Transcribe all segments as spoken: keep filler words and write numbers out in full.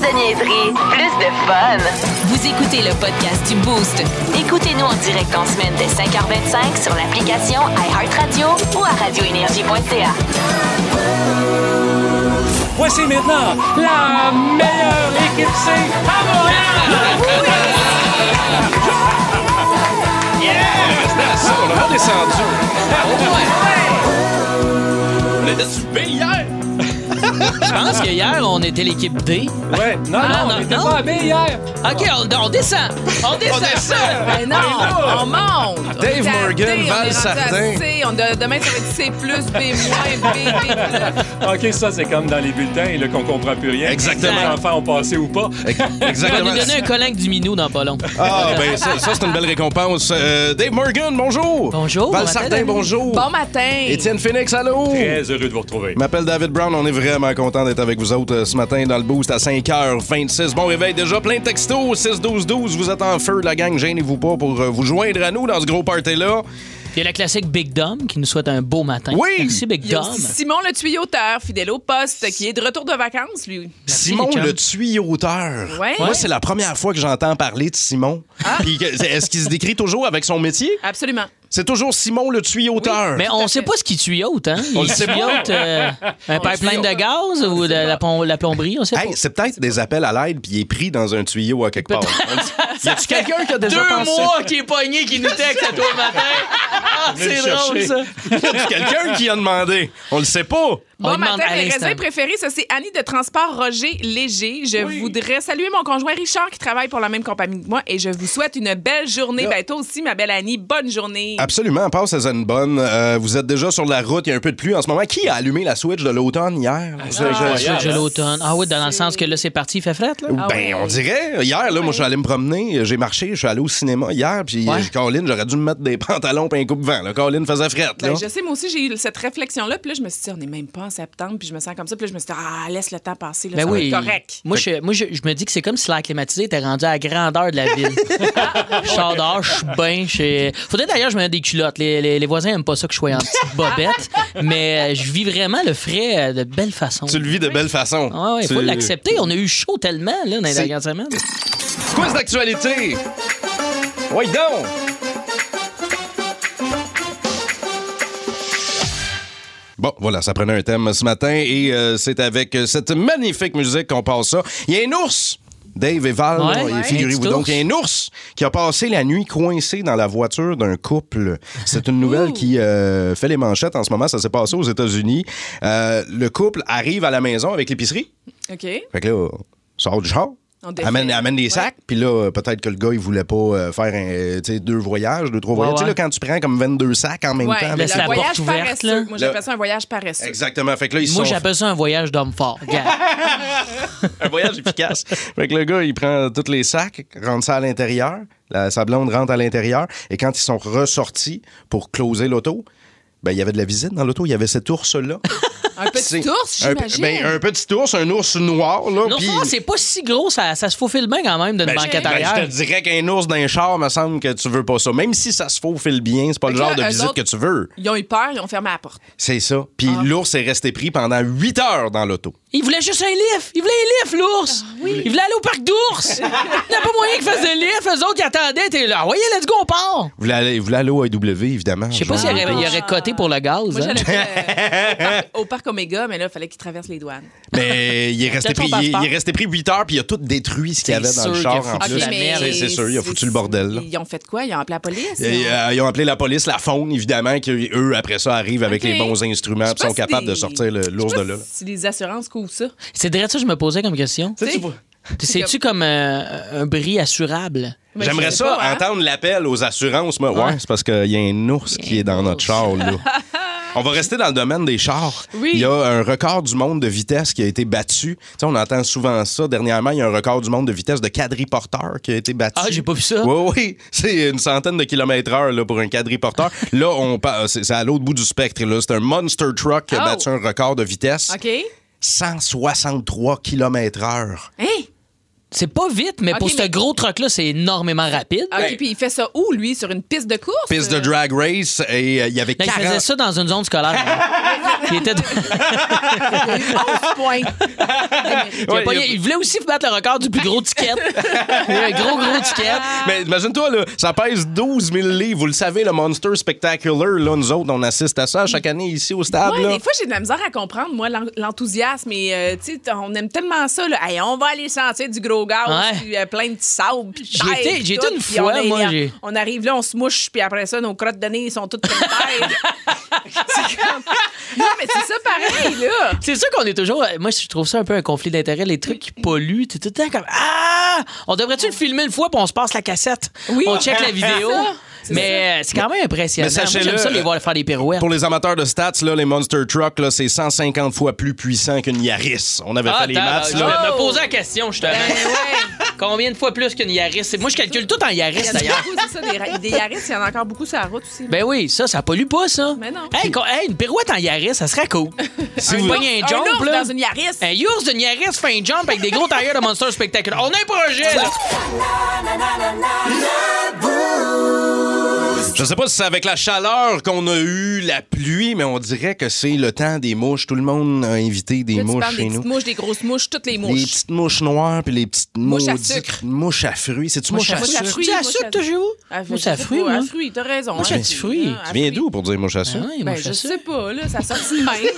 de niaiserie, plus de fun. Vous écoutez le podcast du Boost. Écoutez-nous en direct en semaine dès cinq heures vingt-cinq sur l'application iHeartRadio ou à radio énergie point c a. Voici maintenant la meilleure équipe C à Montréal! Yeah! C'était ça, on l'a descendu. On était-tu B hier? Je pense que hier, on était l'équipe D. Ouais, non, Ah, non, non, on était non. pas à B hier. OK, on, on descend. On descend. On descend. Ben non, on monte. Dave On est à Morgan, D, on est Val rendu à Sardin. C. On de- demain, ça va être C plus, B moins, B, B plus. OK, ça, c'est comme dans les bulletins, là, qu'on comprend plus rien. Exactement. Si les enfants ont passé ou pas. On va Exactement. nous donner un collègue du minou dans pas long. Ah, ben ça, ça, c'est une belle récompense. Euh, Dave Morgan, bonjour. Bonjour. Val Bon matin, Sardin, David. bonjour. Bon matin. Étienne Phoenix, allô? Très heureux de vous retrouver. Je m'appelle David Brown, on est vraiment content d'être avec vous autres euh, ce matin dans le Boost à cinq heures vingt-six. Bon réveil déjà, plein de textos, six douze douze, vous êtes en feu, la gang, gênez-vous pas pour euh, vous joindre à nous dans ce gros party-là. Puis il y a la classique Big Dom qui nous souhaite un beau matin. Oui. Merci, Big Il y a Dom. aussi Simon le tuyauteur, fidèle au poste, qui est de retour de vacances, lui. Simon les chums. le tuyauteur. Ouais. Moi, Ouais. c'est la première fois que j'entends parler de Simon. Puis que- est-ce qu'il se décrit toujours avec son métier? Absolument. C'est toujours Simon le tuyauteur. Mais on sait pas ce qui tuyaute, hein? On Il le sait pas. tuyaulte, euh, un pipeline de gaz ou de la, pom- la plomberie, on sait Hey, pas. c'est peut-être des appels à l'aide puis il est pris dans un tuyau à quelque part. Y a-tu quelqu'un qui a déjà Deux pensé? mois qui est pogné, qui nous texte à toi le matin. Ah, Venez c'est le drôle, chercher. ça. Y a-tu quelqu'un qui a demandé? On le sait pas. On Bon lui demande matin, à mes l'instant. raisins préférés, ça c'est Annie de Transport Roger Léger. Je voudrais saluer mon conjoint Richard qui travaille pour la même compagnie que moi et je vous souhaite une belle journée. Là. Ben toi aussi, ma belle Annie, bonne journée. Absolument, passe à une bonne. Euh, vous êtes déjà sur la route, il y a un peu de pluie en ce moment. Qui a allumé la Switch de l'automne hier? Je- je- Ah, je- Switch de l'automne. Ah oui, dans le sens que là, c'est parti, il fait fret, là. Ben, ouais. on dirait. Hier, là, moi, je suis allé me promener, j'ai marché, je suis allé au cinéma hier, puis Ouais. euh, Colin, j'aurais dû me mettre des pantalons et un coupe-vent. Là. Colin faisait frette, là. Ben, je sais, moi aussi, j'ai eu cette réflexion-là. Puis là, je me suis dit, on n'est même pas en septembre. Puis je me sens comme ça. Puis là, je me suis dit, ah, laisse le temps passer. Là, Ben ça oui. va être correct. Moi, je, moi je, je me dis que c'est comme si l'air climatisé était rendu à la grandeur de la ville. Je sors dehors, je suis bien. je- Faudrait d'ailleurs que je me mette des culottes. Les, les, les voisins n'aiment pas ça que je sois en petite bobette. Mais euh, je vis vraiment le frais euh, de belle façon. Tu le vis de belle façon. Ah ouais, il Tu- faut l'accepter. On a eu chaud tellement là, dans les C'est- dernières semaines. Quiz d'actualité. Oui, donc. Bon, voilà, ça prenait un thème ce matin et euh, c'est avec euh, cette magnifique musique qu'on passe ça. Il y a un ours. Dave et Val, Ouais, là, ouais. figurez-vous Un petit donc, il y a un ours qui a passé la nuit coincé dans la voiture d'un couple. C'est une nouvelle qui euh, fait les manchettes en ce moment. Ça s'est passé aux États-Unis. Euh, le couple arrive à la maison avec l'épicerie. OK. Fait que là, sort du char. On défait. Amène, amène des Ouais. sacs, puis là, peut-être que le gars, il voulait pas euh, faire un, tu sais, deux voyages, deux, trois Ouais, voyages. Tu sais, ouais. là, quand tu prends comme vingt-deux sacs en même Ouais, temps. mais avec laisse le la la- voyage porte ouverte, paresseux. là. Moi, Le- j'appelle ça un voyage paresseux. Exactement. Fait que là, ils Moi, sont... j'appelle ça un voyage d'homme fort. Regarde. un voyage efficace. Fait que le gars, il prend tous les sacs, rentre ça à l'intérieur. La, sa blonde rentre à l'intérieur. Et quand ils sont ressortis pour closer l'auto, ben, il y avait de la visite dans l'auto. Il y avait cet ours-là. Un petit C'est- ours, un, j'imagine. ben, un petit ours, un ours noir. Là, Non, puis- ça, c'est pas si gros. Ça, ça se faufile bien quand même d'une Ben, banquette je, ben, arrière. je te dirais qu'un ours d'un char, me semble que tu veux pas ça. Même si ça se faufile bien, c'est pas Fait le que genre là, de eux visite autres- que tu veux. Ils ont eu peur, ils ont fermé la porte. C'est ça. Puis Ah. l'ours est resté pris pendant huit heures dans l'auto. Il voulait juste un lift. Il voulait un lift, l'ours. Ah, Il voulait aller au parc d'ours. Il n'y a pas moyen qu'il fasse de lift. Eux autres qui attendaient, t'es là. Voyez, let's go, on part. Il voulait aller, il voulait aller au A E W, évidemment. Je sais pas Genre. s'il aurait, il aurait coté pour le gaz. Moi, hein. j'allais euh, au, parc, au parc Omega, mais là, il fallait qu'ils traversent les douanes. Mais il est resté Peut-être pris, son il, est- passeport. il est resté pris huit heures, puis il a tout détruit ce qu'il y avait C'est dans le sûr char qu'il a en foutu plus. la merde. C'est- c'est sûr, il a foutu le bordel. Là. Ils ont fait quoi? Ils ont appelé la police? Et, Ils ont- euh, ils ont appelé la police, la faune, évidemment, qui, eux, après ça, arrivent avec Ok. les bons instruments Je sais et sont pas si capables des- de sortir le- l'ours Je de sais là. pas Si les assurances couvrent ça. C'est direct ça que je me posais comme question. Tu sais, C'est-tu comme euh, un bris assurable? mais J'aimerais je sais ça pas, hein. entendre l'appel aux assurances. Moi. Ouais, Ouais. c'est parce qu'il y a un ours qui est dans notre char, là. On va rester dans le domaine des chars. Oui. Il y a un record du monde de vitesse qui a été battu. Tu sais, on entend souvent ça. Dernièrement, il y a un record du monde de vitesse de quadriporteur qui a été battu. Ah, j'ai pas vu ça. Oui, oui. C'est une centaine de kilomètres heure là, pour un quadriporteur. Là, on pa- c'est c'est à l'autre bout du spectre. Là. C'est un monster truck qui a Oh. battu un record de vitesse. OK. cent soixante-trois kilomètres heure. Hein? C'est pas vite, mais Ok, pour ce mais- gros truck-là, c'est énormément rapide. OK, Ben- puis il fait ça où, lui? Sur une piste de course? Piste de drag race et euh, il y avait Là, il quarante... faisait ça dans une zone scolaire. il, était... onze points. il, a Ouais, pas- il a- il voulait aussi battre le record du plus gros ticket. Il a un gros, gros ticket. Mais imagine-toi, là, ça pèse douze mille livres. Vous le savez, le Monster Spectacular, là, nous autres, on assiste à ça chaque année ici au stade. Ouais, là. des fois, j'ai de la misère à comprendre, moi, l'en- l'enthousiasme. Et, euh, tu sais, on aime tellement ça. Là. Hey, on va aller sentir du gros gaz, Ouais. puis, euh, plein de petits sable. puis J'ai terre, été- puis j'ai tout, été une puis fois, on est- moi, j'ai- On arrive là, on se mouche, puis après ça, nos crottes de nez sont toutes pleines de terre. C'est comme- Non, mais c'est ça pareil, là. C'est sûr qu'on est toujours. Moi, je trouve ça un peu un conflit d'intérêt. Les trucs qui polluent, t'es tout le temps comme Ah! On devrait-tu le filmer une fois, puis on se passe la cassette? Oui. On check la vidéo. C'est ça. C'est Mais euh, c'est quand même impressionnant. Mais Moi, sachez-le, j'aime ça les voir faire des pirouettes. Pour les amateurs de stats, là, les Monster Truck, là, c'est cent cinquante fois plus puissant qu'une Yaris. On avait Ah, fait les attends, maths. je Là. vais me Oh! poser la question, justement. Ben ouais. Combien de fois plus qu'une Yaris? Moi, je calcule tout en Il Yaris, y en a d'ailleurs. beaucoup, c'est ça, des, ra- des Yaris, il y en a encore beaucoup sur la route aussi. Ben oui, ça, ça pollue pas, ça. Mais non. Hey, co- hey, une pirouette en Yaris, ça serait cool. Si vous voyez un un jump, ours là. dans une Yaris. Un yours d'une Yaris fait un jump avec des gros tailleurs de Monster Spectacular. On a un projet, là. Je sais pas si c'est avec la chaleur qu'on a eu, la pluie, mais on dirait que c'est le temps des mouches. Tout le monde a invité des Là, tu mouches parles chez des nous. petites mouches, des grosses mouches, toutes les Les mouches. petites mouches noires puis les petites Mouches à maudites sucre. mouches à fruits. C'est-tu mouche, à Mouche à sucre? fruits. Tu as mouche sucre, à- toi, chez vous? Ah, Moi, je c'est à sais fruits, pas, moi. à fruits, t'as raison. Moi, hein. j'ai un petit fruit. Ah, à Tu viens fruits. d'où pour dire mouche à Ah sucre? oui, Ben, moi, je je sais pas, là, ça sortit de même.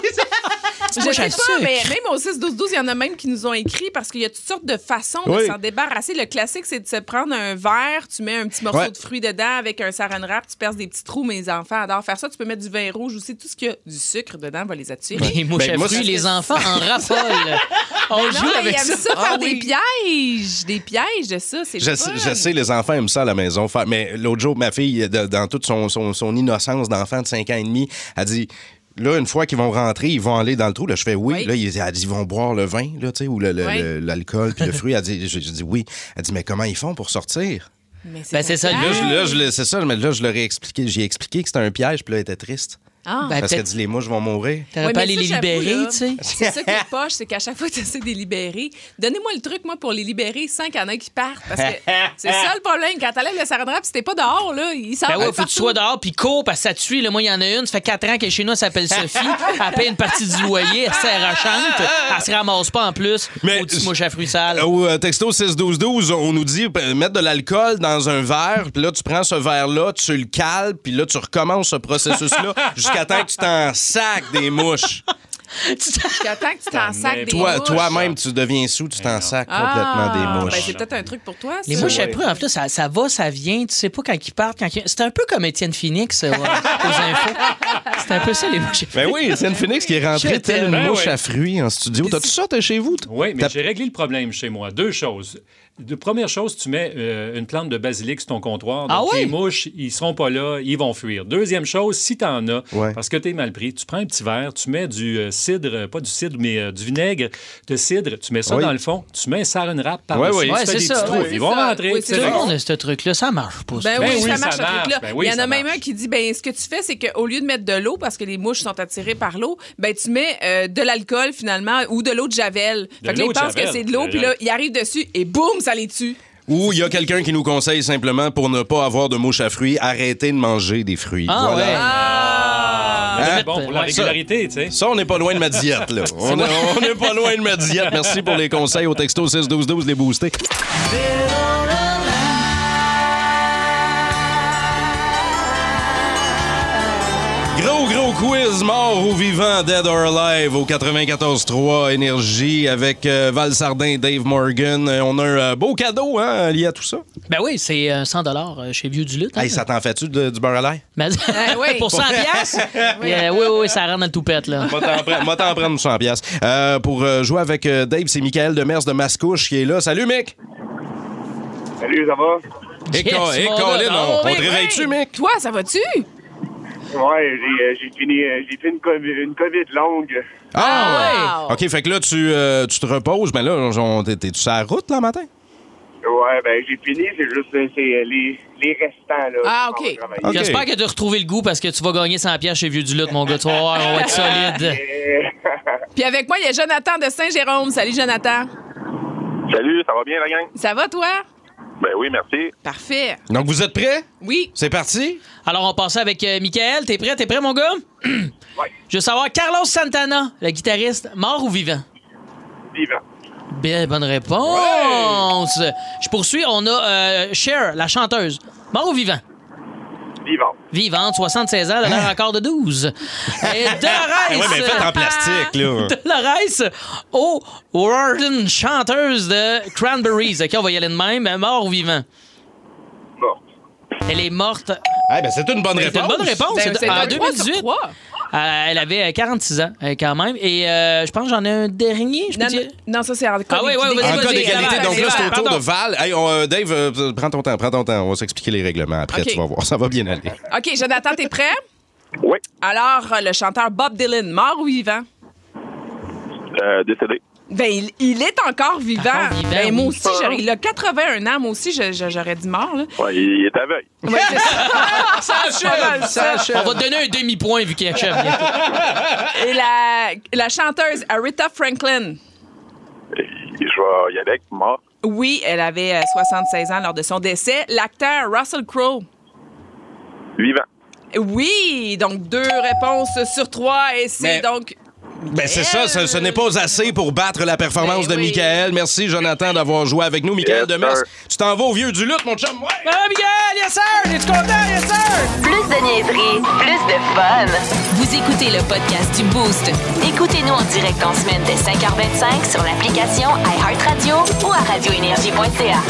Je mouche sais à pas, sucre. mais même au six douze douze, il y en a même qui nous ont écrit parce qu'il y a toutes sortes de façons Oui. de s'en débarrasser. Le classique, c'est de se prendre un verre, tu mets un petit morceau Ouais. de fruits dedans avec un saran wrap, tu perces des petits trous. Mes enfants adorent faire ça. Tu peux mettre du vin rouge aussi. Tout ce qui a du sucre dedans va les attirer. Les mouches Ben, à moi, fruits, c'est- les enfants en raffolent. On Non, joue mais avec ils aiment ça. ça, faire Ah des oui. pièges. Des pièges de ça, c'est Je, le sais- fun. je sais, les enfants aiment ça à la maison. Faire, mais l'autre jour, ma fille, de- dans toute son, son, son innocence d'enfant de cinq ans et demi, a dit... Là, une fois qu'ils vont rentrer, ils vont aller dans le trou. Là, je fais oui. Oui. Là, ils, elle dit, ils vont boire le vin, là, tu sais, ou le- le- Oui. le- l'alcool, puis le fruit. Elle dit, je, je dis oui. Elle dit, mais comment ils font pour sortir? Mais Ben, c'est ça, un le- Là, piège. je, là, je le- c'est ça, mais là, je leur ai expliqué. J'ai expliqué que c'était un piège, puis là, elle était triste. Ah. Ben, Parce qu'elle peut-être dit, les mouches vont mourir. t'aurais Ouais, pas mais allé les ça, j'avoue, libérer, là, tu sais. C'est ça qui est poche, c'est qu'à chaque fois que tu essaies de les libérer, donnez-moi le truc, moi, pour les libérer sans qu'il y en ait qui partent. Parce que c'est ça le problème. Quand t'enlèves le saran wrap, si t'es pas dehors, là, il s'en Ben va ouais, faut que partout. tu sois dehors puis cours parce que ça te suit. Là, moi, il y en a une, ça fait quatre ans qu'elle est chez nous, elle s'appelle Sophie. Elle paye une partie du loyer, elle sert à chante. Elle se ramasse pas en plus. Mais- Aux petites mouches à fruits sales. Au euh, texto six douze douze, on nous dit euh, mettre de l'alcool dans un verre, puis là, tu prends ce verre-là, tu le cales, puis là, tu recommences ce processus-là jusqu'à temps que tu t'en sacs des mouches. Jusqu'à temps que tu t'en sacs des Toi, mouches. toi-même, tu deviens sous, tu t'en sacs complètement Ah, des mouches. ben, c'est peut-être un truc pour toi, ça. Les mouches à ouais. fruits, en plus, ça, ça va, ça vient. Tu sais pas quand ils partent. Quand ils... C'est un peu comme Étienne Phoenix euh, aux infos. C'est un peu ça, les mouches à fruits. Ben oui, c'est une Phoenix qui est rentrée Je telle une t'aime. mouche Ben ouais. à fruits en studio. T'as-tu ça, t'es chez vous? toi? Oui, mais T'as- j'ai réglé le problème chez moi. Deux choses. De première chose, tu mets euh, une plante de basilic sur ton comptoir. Ah Donc, oui? les mouches, ils seront pas là, ils vont fuir. Deuxième chose, si tu en as, Ouais. parce que tu es mal pris, tu prends un petit verre, tu mets du euh, cidre, euh, pas du cidre, mais euh, du vinaigre de cidre, tu mets ça Oui. dans le fond, tu mets un saran wrap par Ouais, dessus, oui. tu Ouais, fais c'est des ça. petits trous. Ouais, c'est Ils vont ça. rentrer. Oui, c'est c'est Tout le ça. bon. monde a ce truc-là, ça marche pas. Ben, Ben oui, oui, ça ça marche, ce marche. truc-là. Ben oui, Il y en ça a même marche. un qui dit, ben, ce que tu fais, c'est qu'au lieu de mettre de l'eau, parce que les mouches sont attirées par l'eau, ben, tu mets euh, de l'alcool, finalement, ou de l'eau de Javel. De Fait que là, l'eau ils de pensent que Javel. c'est de l'eau, puis là, ils arrivent dessus, et boum, ça les tue. Ou il y a quelqu'un qui nous conseille simplement pour ne pas avoir de mouches à fruits, arrêtez de manger des fruits. Ah, Voilà. ouais. Ah! Mais Hein? c'est bon pour la Ouais, ça. régularité, tu sais. Ça, on n'est pas loin de ma diète, là. On est- on n'est pas loin de ma diète. Merci pour les conseils au texto six douze douze, les boostés. Gros, gros quiz, mort ou vivant, dead or alive, au quatre-vingt-quatorze trois Énergie, avec euh, Val Sardin, Dave Morgan. Euh, on a un euh, beau cadeau hein, lié à tout ça. Ben oui, c'est euh, cent dollars chez Vieux du Lutte. hein. Hey, ça t'en fait-tu de- du beurre à l'ail? Mais- oui. Pour cent piastres? oui. oui, oui, oui, ça rentre dans le toupette, là. Moi, t'en prends- moi, t'en prendre cent piastres. Euh, pour euh, jouer avec euh, Dave, c'est Michael Demers de Mascouche qui est là. Salut, Mick! Salut, ça va? Et Yes, Ca- et mon Colin, gars. on, Oh, on oui, te réveille-tu, Hey, Mick? Toi, ça va-tu? Ouais, j'ai, euh, j'ai fini, euh, j'ai fait une COVID, une COVID longue. Ah, Wow. ouais! OK, fait que là, tu, euh, tu te reposes. Mais là, on- t'es- t'es-tu sur la route, là, le matin? Ouais, ben j'ai fini, c'est juste euh, c'est, euh, les, les restants, là. Ah, qui OK. s'en vont travailler. OK. J'espère que tu as retrouvé le goût parce que tu vas gagner cent piastres chez Vieux du Lutte, mon gars. Tu vas voir, on va être solide. Euh, Puis avec moi, il y a Jonathan de Saint-Jérôme. Salut, Jonathan. Salut, ça va bien, la gang? Ça va, toi? Ben oui, merci. Parfait. Donc, vous êtes prêts? Oui. C'est parti? Alors, on passe avec euh, Michael. T'es prêt? T'es prêt, mon gars? Oui. Je veux savoir, Carlos Santana, le guitariste, mort ou vivant? Vivant. Bien, bonne réponse. Je poursuis. On a euh, Cher, la chanteuse. Mort ou vivant? Vivant. Vivante, soixante-seize ans, elle a l'air encore de douze. Et Dolores... Eh ouais, mais faite en plastique, là. Dolores O'Riordan, chanteuse de Cranberries. OK, on va y aller de même. Mort ou vivant? Morte. Elle est morte. Eh ben, c'est une bonne C'est réponse. une bonne réponse. Ben, C'est c'est en un deux trois mille sur dix-huit. trois. Euh, elle avait quarante-six ans, euh, quand même. Et euh, je pense que j'en ai un dernier, je peux Non, dire. non, non, ça, c'est en cas Ah oui, oui, d'égalité. vas-y, En vas-y, cas d'égalité, vas-y, donc là, vas-y, c'est au tour pardon. de Val. Hey, on, euh, Dave, euh, prends ton temps, prends ton temps. On va s'expliquer les règlements après, OK. tu vas voir. Ça va bien aller. OK, Jonathan, t'es prêt? Oui. Alors, euh, le chanteur Bob Dylan, mort ou vivant? Euh, décédé. Ben, il, il est encore vivant. Encore vivant, ben, moi oui. aussi, j'aurais- il a quatre-vingt-un ans. Moi aussi, je- je- j'aurais dit mort. Là. Ouais, il, il est aveugle. Ouais, c'est ça. ça achève, ça On va te donner un demi-point vu qu'il achève bientôt. Et la, la chanteuse Aretha Franklin. Et je vais y aller avec mort. Oui, elle avait euh, soixante-seize ans lors de son décès. L'acteur Russell Crowe. Vivant. Oui, donc deux réponses sur trois. Et c'est Mais- donc... Ben, c'est ça, ce, ce n'est pas assez pour battre la performance Ben de oui. Michael. Merci, Jonathan, d'avoir joué avec nous. Michael Yes, Demers, sir. tu t'en vas au vieux du lutte, mon chum. Ouais. Ah, Miguel, yes sir! Es-tu content, yes sir? Plus de niaiserie, plus de fun. Vous écoutez le podcast du Boost. Écoutez-nous en direct en semaine dès cinq heures vingt-cinq sur l'application iHeartRadio ou à radio énergie point c a.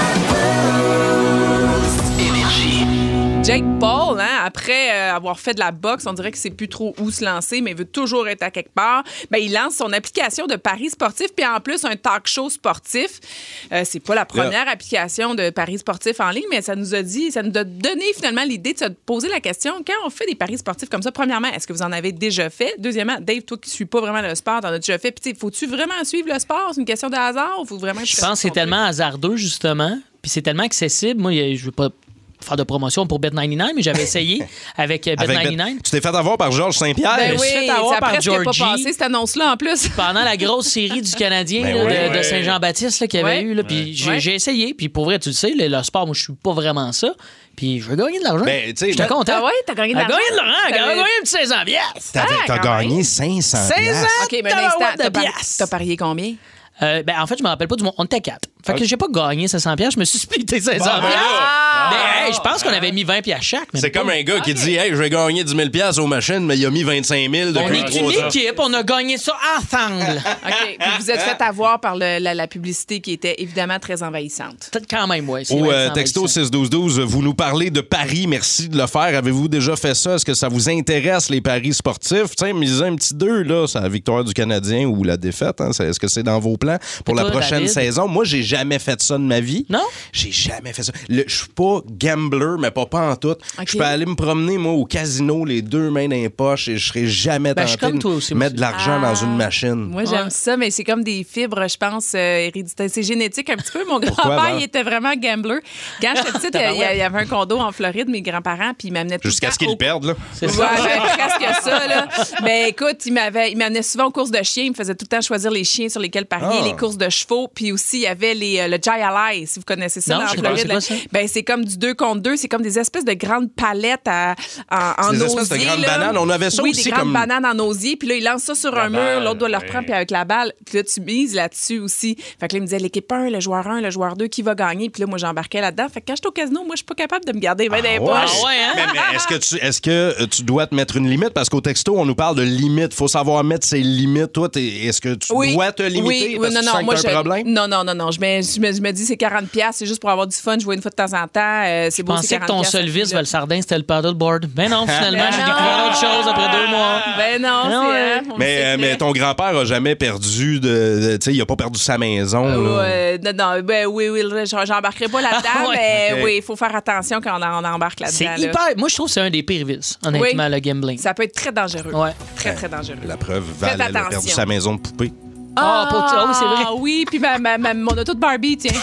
Jake Paul, hein, après euh, avoir fait de la boxe, on dirait qu'il sait plus trop où se lancer, mais il veut toujours être à quelque part. Ben, il lance son application de paris sportifs, puis en plus un talk show sportif. Euh, c'est pas la première application de paris sportifs en ligne, mais ça nous a dit, ça nous a donné finalement l'idée de se poser la question, quand on fait des paris sportifs comme ça, premièrement, est-ce que vous en avez déjà fait? Deuxièmement, Dave, toi qui suis pas vraiment le sport, t'en as déjà fait. Puis, faut-tu vraiment suivre le sport? C'est une question de hasard ou faut vraiment... Je pense que c'est tellement hasardeux, justement, puis c'est tellement accessible. Moi, je veux pas faire de promotion pour Bet quatre-vingt-dix-neuf, mais j'avais essayé avec euh, Bet Avec quatre-vingt-dix-neuf. Ben- tu t'es fait avoir par Georges Saint-Pierre. Ben Je me oui, suis fait avoir ça a par presque pas Georgie. passé cette annonce-là en plus. Pendant la grosse série du Canadien Ben là, oui. de, de Ouais. Saint-Jean-Baptiste là, qu'il y avait Ouais. eu. Là, puis j'ai, Ouais. j'ai essayé. Puis pour vrai, tu le sais, le, le sport, moi, je suis pas vraiment ça. Puis je veux gagner de l'argent. Ben, tu sais, J'étais ben- content. Ah ouais, t'as gagné de T'as l'argent? gagné de l'argent. T'as T'avais- gagné un petit seize ans piastres. T'avais- Ah, T'as quand gagné même. cinq cents seize piastres. ans. OK, mais un instant, Tabarouette de t'as, par- piastres. t'as parié combien? Euh, ben, en fait, je me rappelle pas du monde. On était quatre. Fait que Ok. j'ai pas gagné cinq cents piastres. Je me suis splitté cinq cents Bon, ben piastres. Ah! Mais hey, je pense qu'on avait mis vingt piastres chaque. même C'est pas. comme un gars qui dit Hey, je vais gagner dix mille piastres aux machines, mais il a mis vingt-cinq mille On depuis est trois une ans. équipe. On a gagné ça ensemble. OK. Puis vous êtes fait avoir par le- la, la publicité qui était évidemment très envahissante. Peut-être quand même, ouais. c'est Au vrai, euh, c'est texto envahissant. six douze douze, vous nous parlez de paris. Merci de le faire. Avez-vous déjà fait ça? Est-ce que ça vous intéresse, les paris sportifs? Tiens, misez un petit deux, là, c'est la victoire du Canadien ou la défaite. Hein? C'est- Est-ce que c'est dans vos plans pour Et la toi, prochaine David? saison? Moi, j'ai jamais fait ça de ma vie. Non? J'ai jamais fait ça. Le- Je suis pas gambler, mais pas, pas en tout. OK. Je peux aller me promener, moi, au casino, les deux mains dans les poches, et je serais jamais Ben, je suis tenté comme de toi aussi, moi mettre de l'argent Ah. dans une machine. Moi, j'aime Ouais. ça, mais c'est comme des fibres, je pense, euh, héréditaires. C'est génétique un petit peu. Mon Pourquoi, grand-père, Val? il était vraiment gambler. Quand j'étais petite, il y, a- il y avait un condo en Floride, mes grands-parents, puis ils m'amenaient tout Jusqu'à le ce temps qu'ils au- le perdent, là. C'est Ouais, ça. ben, presque ça, là. Mais écoute, il m'avait, il m'amenait souvent aux courses de chiens. Il me faisait tout le temps choisir les chiens sur lesquels parier, Ah. les courses de chevaux. Puis aussi, il y avait les, euh, le Jai-Alai, si vous connaissez ça, Non, dans je sais la pas, Floride. c'est quoi ça? Ben, c'est comme du deux contre deux. C'est comme des espèces de grandes palettes à, en, en C'est des espèces de osier, grandes là. bananes. On avait ça oui, aussi des grandes comme- bananes en osier. Puis là, il lance ça sur La un mur. balle, L'autre doit le ouais. reprendre, puis avec la balle. Puis là, tu mises là-dessus aussi. Fait que là, il me disait l'équipe un, le joueur un, le joueur deux, qui va gagner. Puis là, moi, j'embarquais là-dedans. Fait que quand j'étais au casino, moi, je suis pas capable de me garder vingt dans les ouais? poches. Ah ouais, hein? Mais, mais est-ce que tu est-ce que euh, tu dois te mettre une limite? Parce qu'au texto, on nous parle de limite. Faut savoir mettre ses limites. Toi, t'es- est-ce que tu Oui. dois te limiter? Oui, parce oui, non, que tu non, sens moi, que t'as un je- problème? non, non, non, non. Je me, je me, je me dis, c'est quarante piastres, c'est juste pour avoir du fun, jouer une fois de temps en temps. euh, c'est Je beau, c'est pensais que quarante ton piastres, seul ça vice, fait, là. Valsardin, c'était le paddleboard. Ben non, finalement, Ben j'ai non. découvert autre chose après deux mois. Ben non, Non, c'est. ouais. euh, on le Mais, sait euh, que- mais ton grand-père a jamais perdu de. de- tu sais, il a pas perdu sa maison. là. Ouais, non, non, ben oui, oui, là, j'en- j'embarquerai pas là-dedans, Ah, ouais. mais Ok. oui, il faut faire attention quand on, en- on embarque là-dedans. C'est là. hyper. Moi, je trouve que c'est un des pires vices, honnêtement, Oui. le gambling. Ça peut être très dangereux. Ouais. Très, très dangereux. La preuve, Faites Val, elle a perdu attention. sa maison de poupée. Ah, pour- ah oui, c'est vrai. Ah oui, puis ma, ma, ma- mon auto de Barbie, tiens.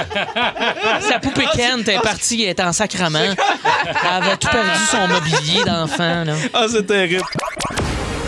Sa poupée Ken est partie, elle était en sacrament. Elle avait tout perdu son mobilier d'enfant. Là. Ah, c'est terrible.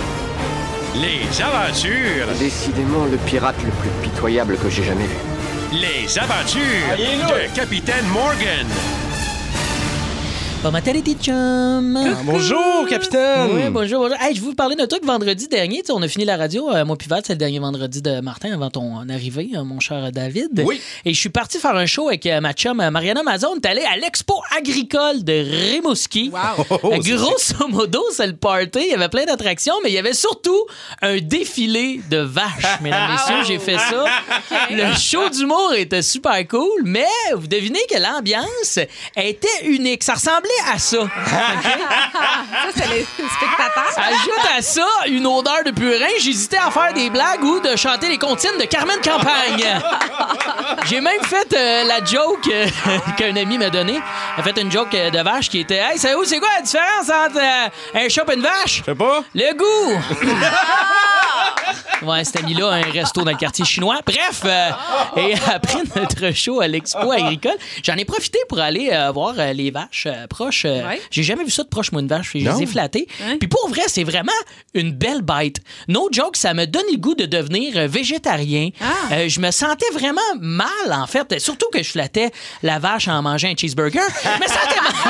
Les aventures Décidément le pirate le plus pitoyable que j'ai jamais vu. Les aventures de Capitaine Morgan. Bon matin, les petits chums. Ah, bonjour, capitaine. Oui, bonjour, bonjour. Hey, je vais vous parler d'un truc vendredi dernier. T'sais, on a fini la radio, euh, moi puis Val, c'est le dernier vendredi de Martin avant ton arrivée, euh, mon cher David. Oui. Et je suis parti faire un show avec euh, ma chum euh, Mariana Mazon. T'es allé à l'Expo agricole de Rimouski. Wow. Oh, oh, Euh, grosso modo, c'est le party. Il y avait plein d'attractions, mais il y avait surtout un défilé de vaches, mesdames et messieurs. J'ai fait ça. Le show d'humour était super cool, mais vous devinez que l'ambiance était unique. Ça ressemblait à ça. OK? Ça, c'est les spectateurs. Ajoute à ça une odeur de purin. J'hésitais à faire des blagues ou de chanter les comptines de Carmen Campagne. J'ai même fait euh, la joke euh, qu'un ami m'a donnée. Il a fait une joke euh, de vache qui était « Hey, c'est où, c'est quoi la différence entre euh, un chat et une vache? » Je sais pas. Le goût! Ouais, cet ami-là a un resto dans le quartier chinois. Bref, euh, et après notre show à l'Expo agricole, j'en ai profité pour aller euh, voir euh, les vaches euh, proches. Euh, Ouais. J'ai jamais vu ça de proche, moi, une vache. Je Non. les ai flattées. Hein? Puis pour vrai, c'est vraiment une belle bête. No joke, ça me donne le goût de devenir euh, végétarien. Ah. Euh, je me sentais vraiment mal, en fait. Surtout que je flattais la vache en mangeant un cheeseburger. Mais ça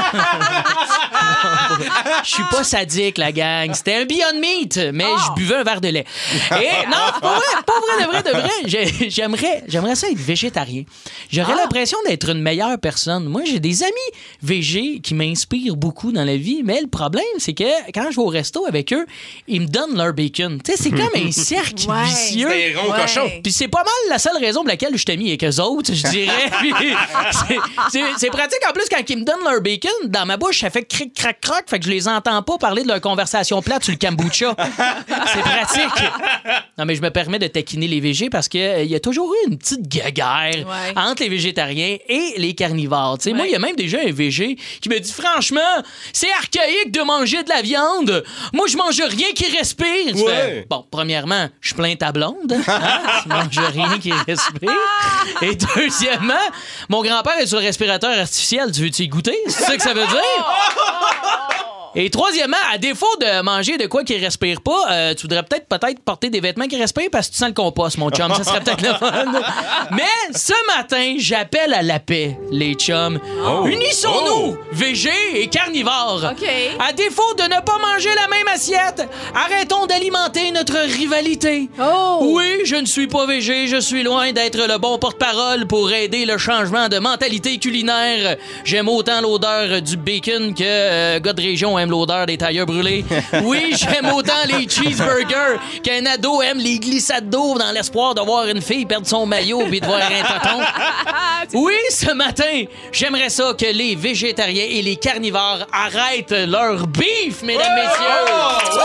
Je suis pas sadique, la gang. C'était un Beyond Meat, mais Oh. je buvais un verre de lait. Et non, c'est pas vrai, pas vrai, de vrai, de vrai. J'ai- J'aimerais, j'aimerais ça être végétarien. J'aurais l'impression d'être une meilleure personne. Moi, j'ai des amis végés qui m'inspirent beaucoup dans la vie, mais le problème, c'est que quand je vais au resto avec eux, ils me donnent leur bacon. Tu sais, c'est comme un cercle Ouais. vicieux. C'est rond Ouais. cochon. Puis c'est pas mal la seule raison pour laquelle je t'ai mis avec eux autres, je dirais. Puis c'est- c'est- c'est pratique en plus quand ils me donnent leur bacon, dans ma bouche, ça fait cric, crac, croc, fait que je les entends pas parler de leur conversation plate sur le kombucha. C'est pratique. Non, mais je me permets de taquiner les végés parce qu'il y a toujours eu une petite guéguerre Ouais. entre les végétariens et les carnivores. Tu sais, moi, Ouais. il y a même déjà un végé qui me dit franchement, c'est archaïque de manger de la viande. Moi, je mange rien qui respire. Tu Ouais. fais, bon, premièrement, je plains ta blonde. Hein? Tu manges rien qui respire. Et deuxièmement, mon grand-père est sur le respirateur artificiel. Tu veux-tu y goûter? C'est ça que ça veut dire? Et troisièmement, à défaut de manger de quoi qui respire pas, euh, tu voudrais peut-être peut-être porter des vêtements qui respirent parce que tu sens le compost, mon chum. Ça serait peut-être le fun. Mais ce matin, j'appelle à la paix, les chums. Unissons-nous, végés et carnivores. OK. À défaut de ne pas manger la même assiette, arrêtons d'alimenter notre rivalité. Oh! Oui, je ne suis pas végé, je suis loin d'être le bon porte-parole pour aider le changement de mentalité culinaire. J'aime autant l'odeur du bacon que euh, gars de région aime l'odeur des tailleurs brûlés. Oui, j'aime autant les cheeseburgers qu'un ado aime les glissades d'eau dans l'espoir de voir une fille perdre son maillot et de voir un tonton. Oui, ce matin, j'aimerais ça que les végétariens et les carnivores arrêtent leur beef, mesdames, messieurs.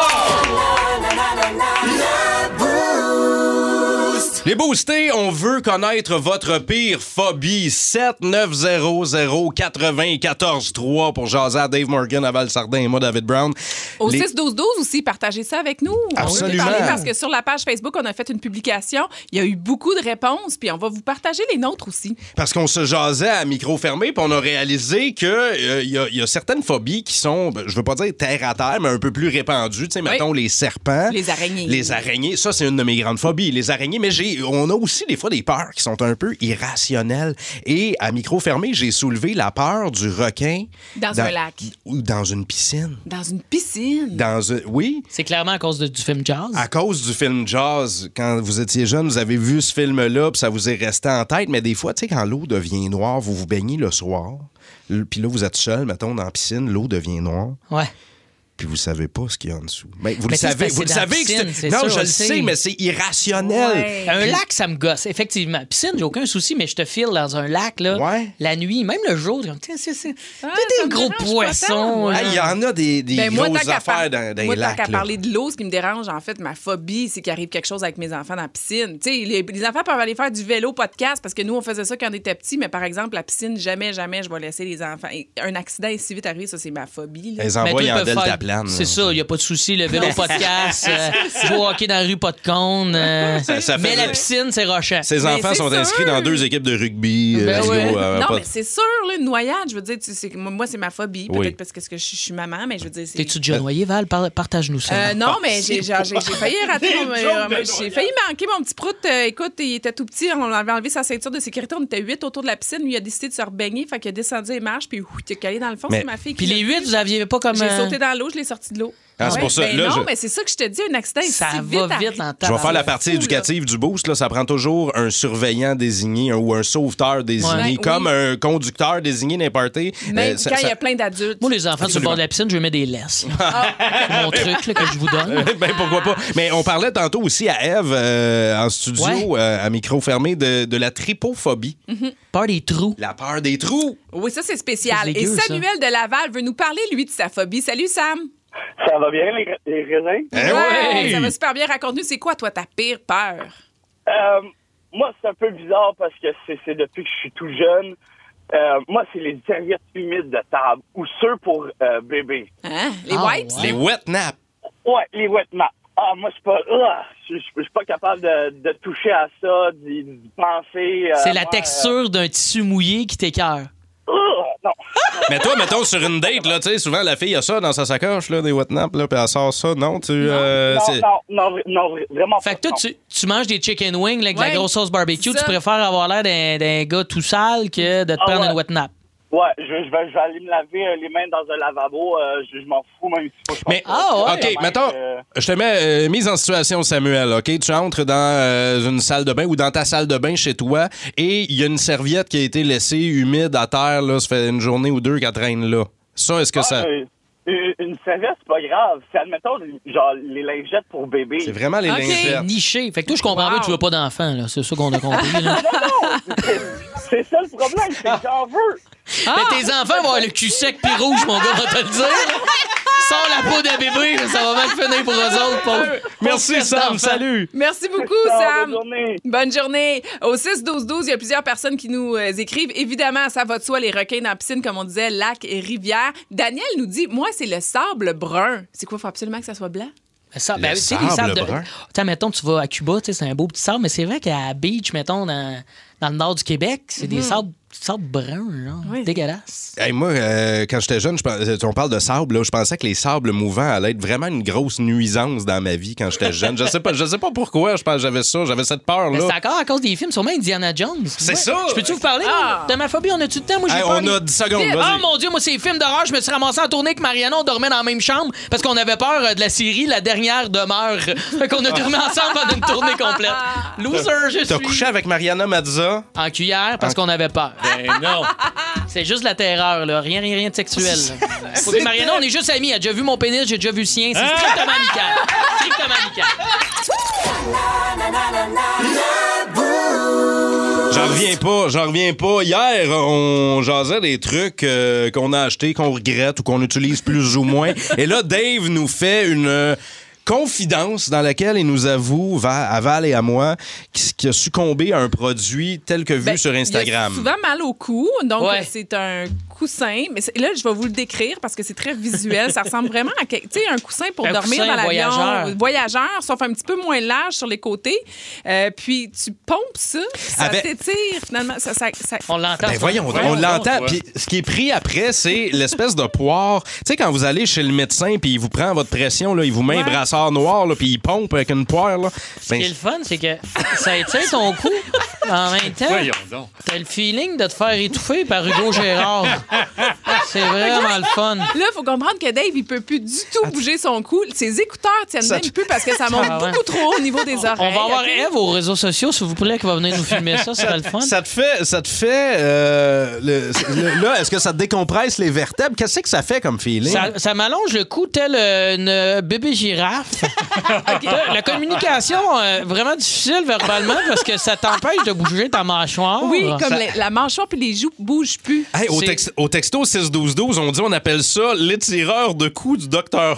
Les boostés, on veut connaître votre pire phobie. sept neuf zéro zéro quatre-vingt-quatorze trois pour jaser à Dave Morgan, à Val Sardin et moi, David Brown. Au Les- six douze douze aussi, partagez ça avec nous. On Absolument. veut parler parce que sur la page Facebook, on a fait une publication. Il y a eu beaucoup de réponses, puis on va vous partager les nôtres aussi. Parce qu'on se jasait à micro fermé, puis on a réalisé qu'il euh, y, a- y a certaines phobies qui sont, ben, je veux pas dire terre à terre, mais un peu plus répandues. Tu sais, mettons les serpents. Les araignées. Les araignées, ça, c'est une de mes grandes phobies. Les araignées, mais j'ai, on a aussi des fois des peurs qui sont un peu irrationnelles. Et à micro fermé, j'ai soulevé la peur du requin. Dans un lac. Ou dans une piscine. Dans une piscine. Dans un, oui, C'est clairement à cause de- du film Jazz. à cause du film Jazz, quand vous étiez jeune, vous avez vu ce film-là, puis ça vous est resté en tête. Mais des fois, tu sais, quand l'eau devient noire, vous vous baignez le soir, l- puis là, vous êtes seul, mettons, dans la piscine, l'eau devient noire, Ouais. puis vous savez pas ce qu'il y a en dessous. Ben, vous Mais le c'est savez, parce vous que le c'est dans la savez que piscine, c'est... c'est Non, sûr, je on le le sais, sait. mais c'est irrationnel. Ouais. Un lac, ça me gosse, effectivement. Piscine, j'ai aucun souci, mais je te file dans un lac, là, Ouais. la nuit, même le jour, comme, tiens, c'est, c'est, Ah, t'es ça un me gros dérange pas poisson. tant, là. Hey, Il y en a des, des Ben, moi, tant grosses qu'à affaires par- dans, dans moi, les tant lacs. qu'à là. parler de l'eau, ce qui me dérange, en fait, ma phobie, c'est qu'il arrive quelque chose avec mes enfants dans la piscine. Tu sais, les, les enfants peuvent aller faire du vélo podcast parce que nous, on faisait ça quand on était petits, mais par exemple, la piscine, jamais, jamais je vais laisser les enfants. Et un accident est si vite arrivé, ça, c'est ma phobie. là. Les Mais envoient toi, en ils peuvent delta faire plane. C'est là. ça, il n'y a pas de souci. Le vélo, pas de casse. euh, jouer au hockey dans la rue, pas de cône. euh, Ça- ça fait mais la de- piscine, c'est rochant. Ses Mais enfants c'est sont sûr. inscrits dans deux équipes de rugby. Ben let's go, ouais. euh, Non, pas- mais c'est sûr, là, une noyade, je veux dire, tu sais, moi, moi, c'est ma phobie, peut-être Oui. parce que, que je, je suis maman, mais je veux dire, c'est... T'es-tu déjà noyé, Val? Par- Partage-nous ça. Euh, non, mais j'ai, j'ai, j'ai, j'ai failli rater mon, euh, j'ai failli manquer mon petit prout. Euh, écoute, il était tout petit, on avait enlevé sa ceinture de sécurité, on était huit autour de la piscine, lui il a décidé de se rebaigner, fait qu'il a descendu les marches, puis ouf, il a calé dans le fond, Mais- c'est ma fille qui Puis les l'a huit, vu. vous aviez pas comme... J'ai euh, sauté dans l'eau, je l'ai sorti de l'eau. Ah, c'est Ouais, pour ça. ben Là, non, je- mais c'est ça que je te dis, un accident est Ça si va vite, vite arrive. en Je vais faire la tabarnak. partie fou, éducative du boost. Là. Ça prend toujours un surveillant désigné un- ou un sauveteur désigné, Ouais. Ben, comme oui. un conducteur désigné n'importe. Même quand il y a plein d'adultes. Moi, les enfants sur le bord de la piscine, je vais mettre des laisses. là. C'est mon truc là, que je vous donne. ben pourquoi pas. Mais on parlait tantôt aussi à Ève euh, en studio, Ouais. euh, à micro fermé, de, de la tripophobie. Peur des trous. La peur des trous. Oui, ça, c'est spécial. C'est Et dégueu, ça. Samuel de Laval veut nous parler, lui, de sa phobie. Salut, Sam. Ça va bien, les, les raisins? Eh Ouais, ouais! ça va super bien. Raconte-nous, c'est quoi, toi, ta pire peur? Euh, moi, c'est un peu bizarre parce que c'est, c'est depuis que je suis tout jeune. Euh, moi, c'est les serviettes humides de table ou ceux pour euh, bébé. Hein? Les Ah, wipes? ouais. Les wet naps. Ouais, les wet naps. Ah, moi, je suis pas, ah, je je- je suis pas capable de, de toucher à ça, d'y d'y penser. euh, C'est la moi, texture d'un tissu mouillé qui t'écœure. euh, ah, non. Mais toi, mettons sur une date, là, tu sais, souvent la fille a ça dans sa sacoche, là, des wet naps, là, puis elle sort ça. Non, tu. euh, non, c'est- non, non, vra- non, vra- vraiment Fait que pas. toi, tu, tu manges des chicken wings là, avec de Ouais, la grosse sauce barbecue. c'est Tu ça. préfères avoir l'air d'un, d'un gars tout sale que de te Ah, prendre ouais. une wet nap. Ouais, je, je, vais, je vais aller me laver euh, les mains dans un lavabo. euh, je, je m'en fous, même si faut que je Mais, fasse ah, ça. ouais. OK, Quand même, mettons, euh, je te mets euh, mise en situation, Samuel, OK? Tu entres dans euh, une salle de bain ou dans ta salle de bain chez toi et il y a une serviette qui a été laissée humide à terre, là, ça fait une journée ou deux qu'elle traîne là. Ça, est-ce que ah, ça... euh, une, une serviette, c'est pas grave. C'est, admettons, genre, les lingettes pour bébé. C'est vraiment les OK. lingettes. Niché. Fait que toi, je comprends Wow. pas que tu veux pas d'enfant. Là. C'est ça qu'on a compris. Là. C'est, c'est ça le problème, c'est que j'en veux. Mais tes enfants vont avoir le cul sec pis rouge, mon gars, va te le dire. Sors la peau de bébé, ça va mal finir pour eux autres. pauvres- Merci, pauvres Sam. enfants. Salut. Merci beaucoup, Ciao, Sam. bonne journée. Bonne journée. Au six douze douze, il y a plusieurs personnes qui nous euh, écrivent. Évidemment, ça va de soi, les requins dans la piscine, comme on disait, lac et rivière. Daniel nous dit, moi, c'est le sable brun. C'est quoi, il faut absolument que ça soit blanc? Mais ça, Le ben, tu sais, les sable sables de. brun. T'sais, mettons, tu vas à Cuba, tu sais, c'est un beau petit sable, mais c'est vrai qu'à Beach, mettons, dans, dans le nord du Québec, c'est des sables, sables bruns, genre. Oui. Dégueulasse. Hey, moi, euh, quand j'étais jeune, je pens- on parle de sable, là, je pensais que les sables mouvants allaient être vraiment une grosse nuisance dans ma vie quand j'étais jeune. Je sais pas, je sais pas pourquoi je pense que j'avais ça, j'avais cette Mais peur-là. c'est encore à cause des films, sûrement Indiana Jones. C'est Ouais. ça. Je peux-tu vous parler Ah. moi, de ma phobie? On a-tu le temps? Moi, j'ai Hey, peur on des- a dix secondes, Ah vas-y. mon Dieu, moi, c'est les films d'horreur. Je me suis ramassé en tournée avec Mariana. On dormait dans la même chambre parce qu'on avait peur euh, de la série La Dernière Demeure. Fait qu'on a dormi ensemble pendant une tournée complète. Loser, je suis. T'as couché avec Mariana Mazza? En cuillère parce qu'on avait peur. Ben non. C'est juste la terreur, là. Rien, rien, rien de sexuel. là. Faut dire, Mariana, on est juste amis. Elle a déjà vu mon pénis, j'ai déjà vu le sien. C'est strictement amical. Strictement amical. J'en reviens pas, j'en reviens pas. Hier, on jasait des trucs euh, qu'on a achetés, qu'on regrette ou qu'on utilise plus ou moins. Et là, Dave nous fait une euh, confidence dans laquelle il nous avoue, va- à Val et à moi, qu'il qu'il a succombé à un produit tel que vu Ben, sur Instagram. Il a souvent mal au cou, donc Ouais. euh, c'est un coussin. Mais c'est- là, je vais vous le décrire parce que c'est très visuel. Ça ressemble vraiment à quel- tu sais, un coussin pour Un dormir coussin dans l'avion. voyageur. Voyageur, sauf un petit peu moins large sur les côtés. Euh, puis tu pompes ça, ça Avec- t'étire finalement. Ça, ça, ça- On l'entend. Ben ça. voyons, Voyons on donc, l'entend. ouais. Puis ce qui est pris après, c'est l'espèce de poire. Tu sais, quand vous allez chez le médecin, puis il vous prend votre pression, là, il vous met Ouais. un brassard noir, là, puis il pompe avec une poire. Là. Ce Ben, qui est le fun, c'est que ça étire ton cou. En même temps, Voyons donc. t'as le feeling de te faire étouffer par Hugo Gérard. C'est vraiment le fun. Là, il faut comprendre que Dave, il peut plus du tout bouger son cou. Ses écouteurs tiennent Ça même te- plus parce que ça monte Ah ouais. beaucoup trop au niveau des oreilles. On va avoir OK? Eve aux réseaux sociaux, s'il vous plaît, qui va venir nous filmer ça. Ça serait le fun. Ça te fait, ça te fait, euh, le- le- là, est-ce que ça te décompresse les vertèbres? Qu'est-ce que ça fait comme feeling? Ça, ça m'allonge le cou tel euh, une bébé girafe. La communication euh, vraiment difficile verbalement parce que ça t'empêche de bouger ta mâchoire. Oui, comme Ça- les- la mâchoire puis les joues bougent plus. Hey, au, c'est- tex- au texto six douze douze, on dit on appelle ça l'étireur de cou du docteur Ho.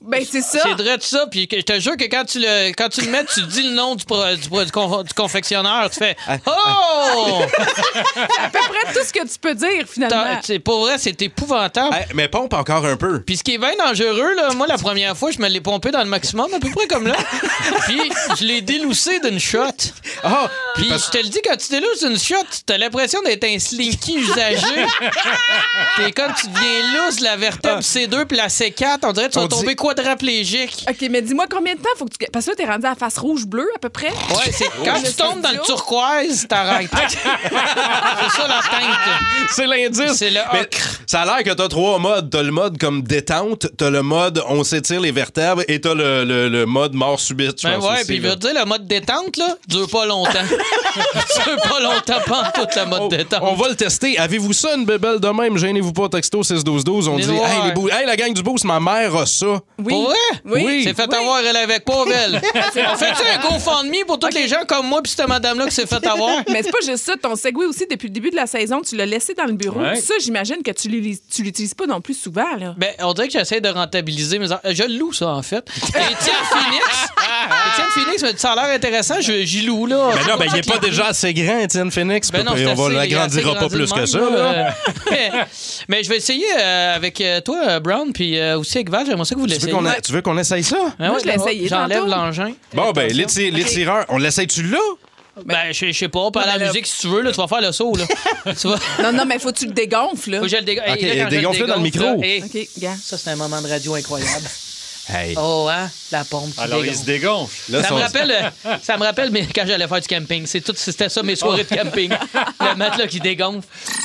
Ben, c'est ça. C'est vrai de ça. Puis que- je te jure que quand tu le, quand tu le mets, tu dis le nom du, pro- du, pro- du, con- du confectionneur. Tu fais Oh! C'est à peu près tout ce que tu peux dire, finalement. T'as- c'est- Pour vrai, c'est épouvantable. Hey, mais pompe encore un peu. Puis ce qui est bien dangereux, là, moi, la première fois, je me l'ai pompé dans le maximum, à peu près comme là. Puis je l'ai déloussé d'une shot. Ah! Puis je te le dis, quand tu délousses d'une shot, t'as l'impression d'être un slinky usagé. T'es comme tu deviens lousse, la vertèbre C deux puis la C quatre. On dirait que tu vas On dit- tomber quadraplégique. OK, mais dis-moi combien de temps faut que tu... Parce que là, t'es rendu à la face rouge-bleue, à peu près. Ouais, c'est quand tu tombes dans le turquoise, t'arrêtes. C'est ça la teinte. C'est l'indice. C'est le Mais ocre. ça a l'air que t'as trois modes. T'as le mode comme détente, t'as le mode on s'étire les vertèbres et t'as le, le, le mode mort subite, je Ben pense ouais, aussi, puis il là. veut dire, le mode détente, là, dure pas longtemps. dure pas longtemps, pas en tout, le mode On, détente. on va le tester. Avez-vous ça, une bébelle de même? Gênez-vous pas, texto six douze douze. On Les dit, noirs. hey, les bou- hey, la gang du boost, ma mère a ça. Oui. Pour vrai? Oui. C'est fait Oui. avoir, elle avec pas belle. Fais-tu un GoFundMe pour tous les gens comme moi puis cette madame-là qui s'est fait avoir? Mais c'est pas juste ça. Ton segway aussi, depuis le début de la saison, tu l'as laissé dans le bureau. Ouais. Ça, j'imagine que tu l'ulis- tu l'utilises pas non plus souvent, là. Ben, on dirait que j'essaie de rentabiliser mes... en- Je le loue, ça, en fait. Et Étienne Phoenix... Étienne Phoenix me dit, ça a l'air intéressant, je- j'y loue, là. Mais non, ben, il n'est pas déjà assez grand, Étienne Phoenix. Ben non, puis c'est on va assez- l'agrandira assez pas grandi plus de que même, ça, là. là. mais, mais je vais essayer euh, avec euh, toi, euh, Brown, puis euh, aussi avec Val. J'aimerais ça que vous Tu veux l'essayiez. qu'on a- tu veux qu'on essaye ça? Ben Moi, ouais, je l'ai ben ouais, essayé J'enlève tantôt. l'engin. Bon, ben, Attention. les, ti- les tireurs, on l'essaye-tu là? Ben, je je sais pas, pas à Non, la mais là- musique si tu veux, là, tu vas faire le saut, là. tu vas... Non, non, mais faut que tu le dégonfles, là. Faut que je le dégonfle. Ok, Hey, là, quand je dégonfle-le dans le dégonfle, micro. là, hey, OK, gars. ça, c'est un moment de radio incroyable. Hey. Oh, hein? La pompe qui Alors, il dégonfle. se dégonfle. Là, Ça son- me rappelle, euh, ça me rappelle mais quand j'allais faire du camping. C'est tout, c'était ça mes soirées de camping. Le matelas qui dégonfle.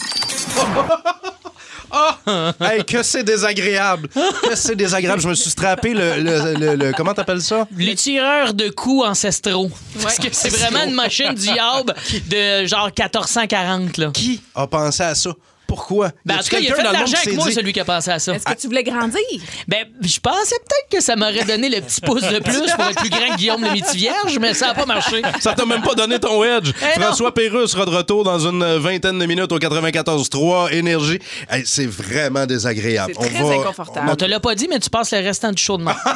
Hey, que c'est désagréable! Que c'est désagréable. Je me suis strappé le. le, le- le- comment t'appelles ça? Les tireurs de coups ancestraux. Parce que c'est vraiment une machine diable de genre quatorze cent quarante, là. Qui a pensé à ça? Pourquoi? Ben, Y en a-tu tout cas, il a quelqu'un fait de dans le monde l'argent qui avec s'est moi, dit- celui qui a pensé à ça. Est-ce que tu voulais grandir? Ben, je pensais peut-être que ça m'aurait donné le petit pouce de plus pour être plus grand que Guillaume le Métis-Vierge, mais ça n'a pas marché. Ça t'a même pas donné ton edge. Eh non. François Pérusse sera de retour dans une vingtaine de minutes au quatre-vingt-quatorze trois Énergie. Hey, c'est vraiment désagréable. C'est très inconfortable. On te l'a pas dit, mais tu passes le restant du show de main.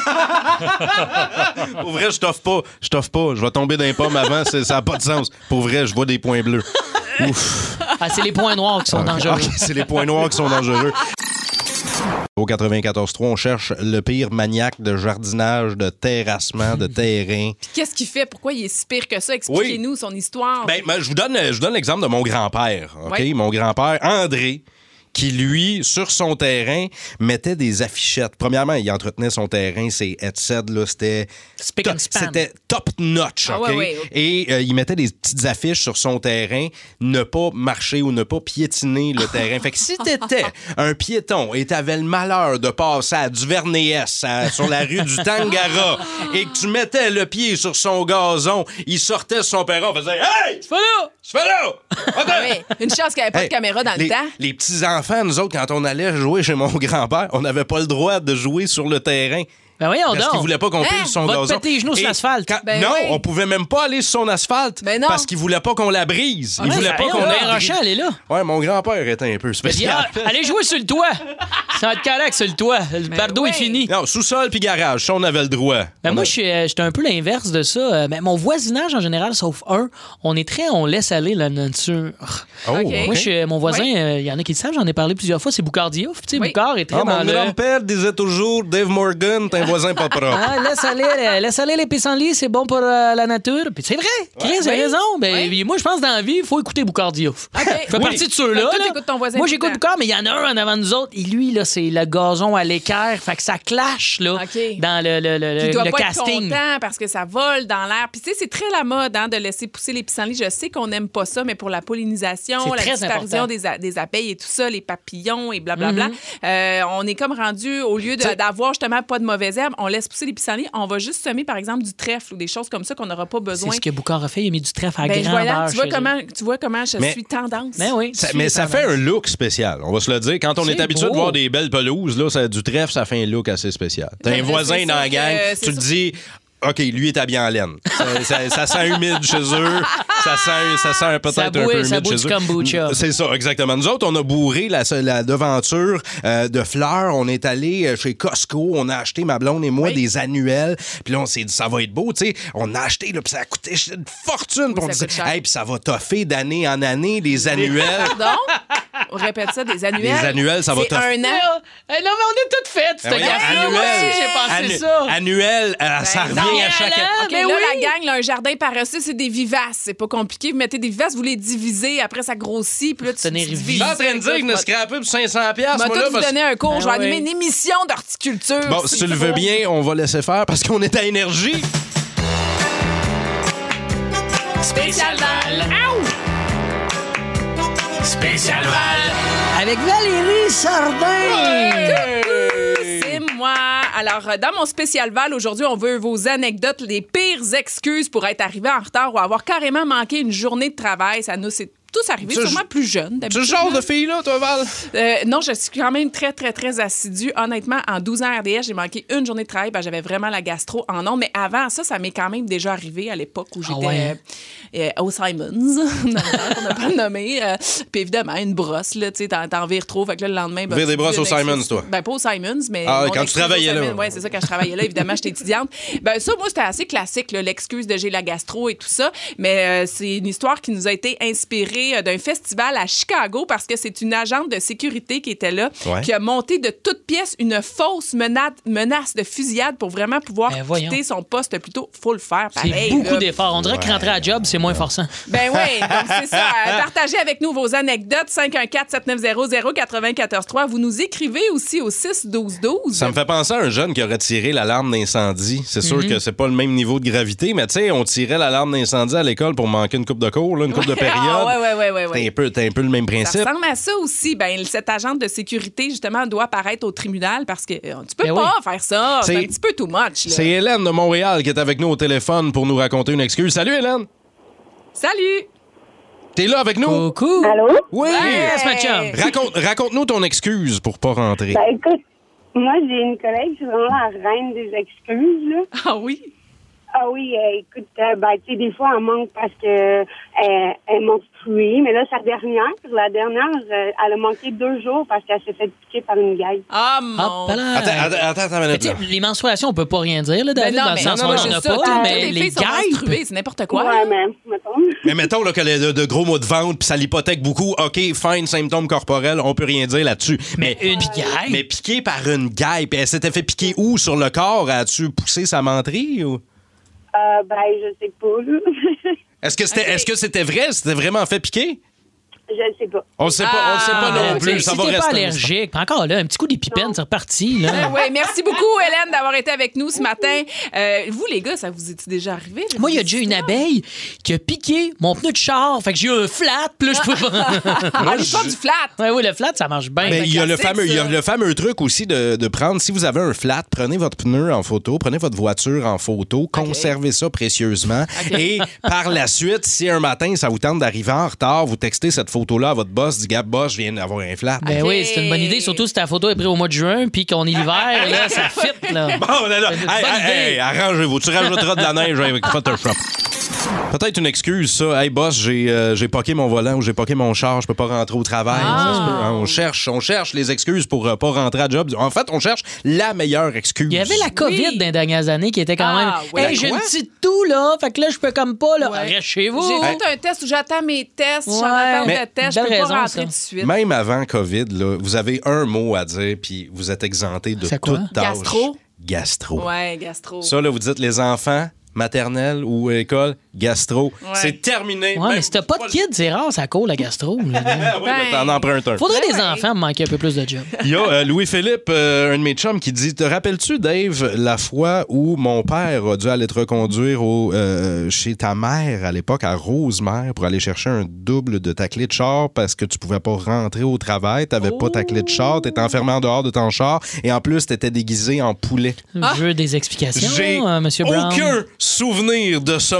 Pour vrai, je t'offre pas. Je t'offre pas. Je vais tomber dans les pommes avant. c'est- Ça n'a pas de sens. Pour vrai, je vois des points bleus. Ouf. Ah, c'est les points noirs qui sont dangereux. Ok, c'est les points noirs qui sont dangereux. Au quatre-vingt-quatorze trois, on cherche le pire maniaque de jardinage, de terrassement, de terrain. Qu'est-ce qu'il fait? Pourquoi il est si pire que ça? Expliquez-nous son histoire. Ben, ben, je vous donne, je vous donne l'exemple de mon grand-père. OK? Oui. Mon grand-père, André, qui, lui, sur son terrain, mettait des affichettes. Premièrement, il entretenait son terrain, ses headsets, là, c'était... Spick to- and span. C'était top-notch, Ah OK? ouais, ouais, ok. Et euh, il mettait des petites affiches sur son terrain, ne pas marcher ou ne pas piétiner le terrain. Fait que si t'étais un piéton et t'avais le malheur de passer à Duvernay-S, à- sur la rue du Tangara, et que tu mettais le pied sur son gazon, il sortait sur son perron, faisait « Hey! Fais là! Tu fais là! Ah ouais, une chance qu'il n'y avait pas Hey, de caméra dans les, le temps. Les petits-enfants, nous autres, quand on allait jouer chez mon grand-père, on n'avait pas le droit de jouer sur le terrain. Ben voyons Parce donc. qu'il voulait pas qu'on pile Hein? son Va te gazon. péter les genoux sur Et l'asphalte. quand- Ben non, oui. on pouvait même pas aller sur son asphalte Ben non. parce qu'il voulait pas qu'on la brise. Il Ouais, voulait pas voyons, qu'on ben, la Rochelle, elle est là. Ouais, mon grand-père était un peu Il dit, spécial. ah, allez jouer sur le toit. Ça va être calac sur le toit. Le bardeau oui. est fini. Non, sous-sol puis garage, ça, on avait le droit. Ben On moi, a- je suis, euh, j'étais un peu l'inverse de ça. Euh, ben, mon voisinage, en général, sauf un, on est très, on laisse aller la nature. Oh, OK. OK. Moi, je suis, mon voisin, Oui. il y en a qui le savent, j'en ai parlé plusieurs fois, c'est Boucard Diouf. Tu sais, Oui. Boucard est très Ah, dans mon le... grand-père disait toujours, Dave Morgan, t'es un voisin pas propre. Ah, laisse aller, euh, laisse aller les pissenlits, c'est bon pour euh, la nature. Puis c'est vrai, Chris a Oui. raison. Ben, Oui. puis moi, je pense dans la vie, il faut écouter Boucard Diouf. OK. Je fais Oui. partie de ceux-là. Fait que toi, là. t'écoutes ton voisin Moi, tout le j'écoute temps. Boucard, mais il y en a un en avant de nous autres. Et lui, là, c'est le gazon à l'équerre. Fait que ça clash, là, OK. dans le, le, le, Tu dois le pas casting. être content parce que ça vole dans l'air. Puis tu sais, c'est très la mode hein, de laisser pousser les pissenlits. Je sais qu'on n'aime pas ça, mais pour la pollinisation, C'est la très disparition important. des, a- des abeilles et tout ça, les papillons et blablabla, Mhm. euh, on est comme rendu, au lieu de- d'avoir justement pas de mauvaises herbes, on laisse pousser les pissenlits. On va juste semer, par exemple, du trèfle ou des choses comme ça qu'on n'aura pas besoin. C'est ce que Boucard a fait. Il a mis du trèfle à Ben, grandeur. voilà, tu vois chez comment, eux. tu vois comment je Mais- suis tendance. Ben oui. Ça- tu mais es ça tendance. fait un look spécial, on va se le dire. Quand on C'est est habitué beau. de voir des belles pelouses, là, ça, du trèfle, ça fait un look assez spécial. T'as Ben, un voisin c'est dans la sûr gang, que- c'est tu te sûr. dis, OK, lui est habillé en laine. Ça, ça, ça sent humide chez eux. Ça sent, ça sent peut-être Ça un peu boit- humide ça boit chez du eux. kombucha. C'est ça, exactement. Nous autres, on a bourré la, la devanture euh, de fleurs. On est allé chez Costco. On a acheté, ma blonde et moi, Oui. des annuels. Puis là, on s'est dit, ça va être beau. Tu sais, on a acheté, là, puis ça a coûté une fortune. Puis on ça disait, coûte cher. hey, puis ça va toffer d'année en année, des annuels. Pardon? On répète ça, des annuels. Des annuels, ça va C'est toffer. un an. Eh non, mais on est toutes faites, cette Ben voyons, gaffe-là. Moi aussi, j'ai pensé Annu- ça. Annuel, euh, ça Ben, revient non. à chaque... Annuel, OK, mais là, oui. la gang, là, un jardin paresseux, c'est des vivaces. C'est pas compliqué. Vous mettez des vivaces, vous les divisez. Après, ça grossit. Puis là, tu, Tenir tu vie. divises. Je suis en train de dire que nous scraper pour cinq cents piastres, Je vais moi, tout là, vous parce- donner un cours. Ben je vais oui. animer une émission d'horticulture. Bon, si tu le veux bien, on va laisser faire parce qu'on est à Énergie. Spécial Val. Spécial Val. Avec Valérie Sardin. C'est moi. Alors, euh, dans mon spécial Val, aujourd'hui, on veut vos anecdotes, les pires excuses pour être arrivé en retard ou avoir carrément manqué une journée de travail. Ça nous c'est tous arrivé, Tu- sûrement plus jeunes. Tu d'habitude, ce genre là. de fille-là, toi, Val? Euh, non, je suis quand même très, très, très assidue. Honnêtement, en douze ans R D S, j'ai manqué une journée de travail. Ben, j'avais vraiment la gastro en ondes. Mais avant ça, ça m'est quand même déjà arrivé à l'époque où j'étais Ah ouais. euh, euh, au Simons. On n'a pas le nommé. Euh, Puis évidemment, une brosse, là, tu sais, t'en, t'en vires trop. Fait que là, le lendemain... Ben, Vire des tu brosses dis au une excuse. Simons, toi? Ben, pas au Simons, mais... Ah, mon quand tu excuse travaillais au là. Simons. Ouais, c'est ça, quand je travaillais là. Évidemment, j'étais étudiante. Ben, ça, moi, c'était assez classique, là, l'excuse de j'ai la gastro et tout ça. Mais euh, c'est une histoire qui nous a été inspirée euh, d'un festival à Chicago parce que c'est une agente de sécurité qui était là, Ouais. qui a monté de toutes pièces une fausse mena- menace de fusillade pour vraiment pouvoir Ben, voyons. quitter son poste. Plutôt, faut le faire. C'est pareil, beaucoup là. d'efforts. On dirait que rentrer à job, c'est moins forçant. Ben oui, donc c'est ça. Euh, Partagez avec nous vos anecdotes. cinq un quatre, sept neuf zéro, zéro neuf quatre trois. Vous nous écrivez aussi au six douze douze. Ça me fait penser à un jeune qui aurait tiré l'alarme d'incendie. C'est sûr que c'est pas le même niveau de gravité, mais tu sais, on tirait l'alarme d'incendie à l'école pour manquer une coupe de cours, là, une coupe de période. Ah, ouais, ouais, ouais, ouais, ouais. T'as un peu, t'as un peu le même Ça principe. ressemble à ça aussi. Ben, cette agente de sécurité, justement, doit apparaître au tribunal parce que euh, tu peux Ben pas oui. faire ça. C'est C'est- un petit peu too much. là. C'est Hélène de Montréal qui est avec nous au téléphone pour nous raconter une excuse. Salut, Hélène! Salut! T'es là avec nous? Coucou. Allô? Oui! Yes, ma chum. Raconte, raconte-nous ton excuse pour pas rentrer. Ben écoute, moi j'ai une collègue, je suis vraiment la reine des excuses, là. Ah oui? Ah oui, euh, écoute, euh, ben tu sais, des fois elle manque parce que euh, elle est menstruée, mais là sa dernière, la dernière, euh, elle a manqué deux jours parce qu'elle s'est fait piquer par une gueule. Ah Hop mon... là. Attends, attends, attends, attends une Mais minute, tu sais, là. les menstruations, on peut pas rien dire, là, Ben David, non, dans le mais sens non, où on non, en c'est a ça. pas, Toutes mais les les filles sont guêpes. menstruées, c'est n'importe quoi. Ouais, mais mettons. Mais mettons là, qu'elle a de, de gros maux de ventre puis ça l'hypothèque beaucoup. OK, fine, symptômes corporels, on peut rien dire là-dessus. Mais une guêpe? Mais piqué par une guêpe, elle s'était fait piquer où sur le corps? As-tu poussé sa menterie? Ou... Euh, ben je sais pas, là. Est-ce que c'était OK. est-ce que c'était vrai? C'était vraiment fait piquer? Je sais pas. On le sait pas, on le sait pas Ah, non ok. plus. Si Ça va t'es rester pas un allergique, encore là, un petit coup d'épipène, c'est reparti, là. Oui, merci beaucoup, Hélène, d'avoir été avec nous ce matin. Euh, vous, les gars, ça vous est déjà arrivé? Moi, il y a déjà une abeille qui a piqué mon pneu de char. Fait que j'ai eu un flat, puis là, je peux pas. Ah, l'histoire du flat. Ouais, oui, le flat, ça marche bien. Mais il y a le classique, fameux, il y a ça. le fameux truc aussi de, de prendre, si vous avez un flat, prenez votre pneu en photo, prenez votre voiture en photo, conservez ça précieusement. Et par la suite, si un matin, ça vous tente d'arriver en retard, vous textez cette photo-là à votre boss, dit Gab, boss, je viens d'avoir un flat. Ben Ok. oui, c'est une bonne idée, surtout si ta photo est prise au mois de juin, puis qu'on est l'hiver, là, ça fit, là. Bon, on est là. C'est une Hey, bonne hey, idée. hey, arrangez-vous. Tu rajouteras de la neige avec Photoshop. Peut-être une excuse, ça. Hey, boss, j'ai euh, j'ai poqué mon volant ou j'ai poqué mon char, je peux pas rentrer au travail. Ah. Ça se peut, hein. On cherche, on cherche les excuses pour euh, pas rentrer à job. En fait, on cherche la meilleure excuse. Il y avait la COVID Oui. dans les dernières années qui était quand Ah, même. oui. Hey, j'ai Quoi? une petite toux, là. Fait que là, je peux comme pas, là. Ouais. Reste chez vous. J'ai Hey. fait un test où j'attends mes tests, j'en Ouais. attends Mais- de tests, je belle peux pas raison, rentrer ça. tout de suite. Même avant COVID, là, vous avez un mot à dire, puis vous êtes exempté de C'est quoi? toute tâche. Gastro? Gastro. Ouais, gastro. Ça, là, vous dites les enfants, maternelle ou école, gastro. C'est terminé. Ouais, Même mais si t'as pas de le- kids, c'est rare, ça court, la gastro. là. Ah oui, mais t'en empruntes un. Faudrait Ben des ouais. enfants pour manquer un peu plus de job. Il y a euh, Louis-Philippe, euh, un de mes chums, qui dit « Te rappelles-tu, Dave, la fois où mon père a dû aller te reconduire au, euh, chez ta mère à l'époque, à Rosemère, pour aller chercher un double de ta clé de char parce que tu pouvais pas rentrer au travail, t'avais pas ta clé de char, t'étais enfermé en dehors de ton char et en plus, t'étais déguisé en poulet. Je veux des explications, J'ai euh, Monsieur Brown. aucun souvenir de ce moment-là.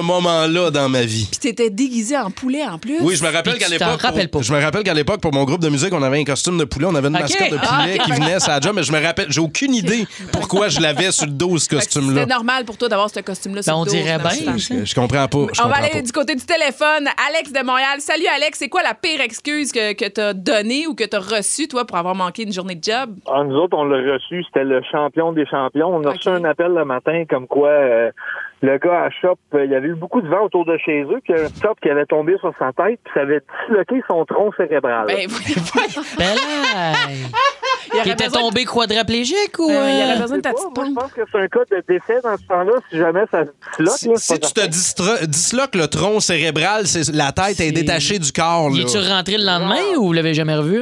moment-là dans ma vie. Puis t'étais déguisé en poulet en plus. Oui, je me rappelle Puis qu'à tu t'en l'époque, rappelles pour, pas. je me rappelle qu'à l'époque, pour mon groupe de musique, on avait un costume de poulet, on avait une Ok. mascotte de poulet Ah, ok. qui venait sur la job, mais je me rappelle, j'ai aucune idée pourquoi je l'avais sur le dos, ce Fait que costume-là. C'était normal pour toi d'avoir ce costume-là sur Ben, on le dos. dirait bien. finalement. ça. Je, je comprends pas. Je On comprends va aller pas. du côté du téléphone. Alex de Montréal. Salut, Alex. C'est quoi la pire excuse que, que t'as donnée ou que t'as reçue, toi, pour avoir manqué une journée de job? Ah, nous autres, on l'a reçu, c'était le champion des champions. On a Ok. reçu un appel le matin comme quoi euh, le gars à Shop, euh, il y avait eu beaucoup de vent autour de chez eux, puis il y a un top qui avait tombé sur sa tête, puis ça avait disloqué son tronc cérébral. Ben, voyons. Ben là, Il aurait il était besoin de- tombé quadriplégique ou... Euh, il euh, aurait besoin de ta Je sais petite pas, moi, pompe. je pense que c'est un cas de décès dans ce temps-là, si jamais ça se disloque. Si, là, si c'est pas tu te distra- disloques le tronc cérébral, c'est, la tête C'est- est détachée du corps. Il Là. est-tu rentré le lendemain ou vous l'avez jamais revu?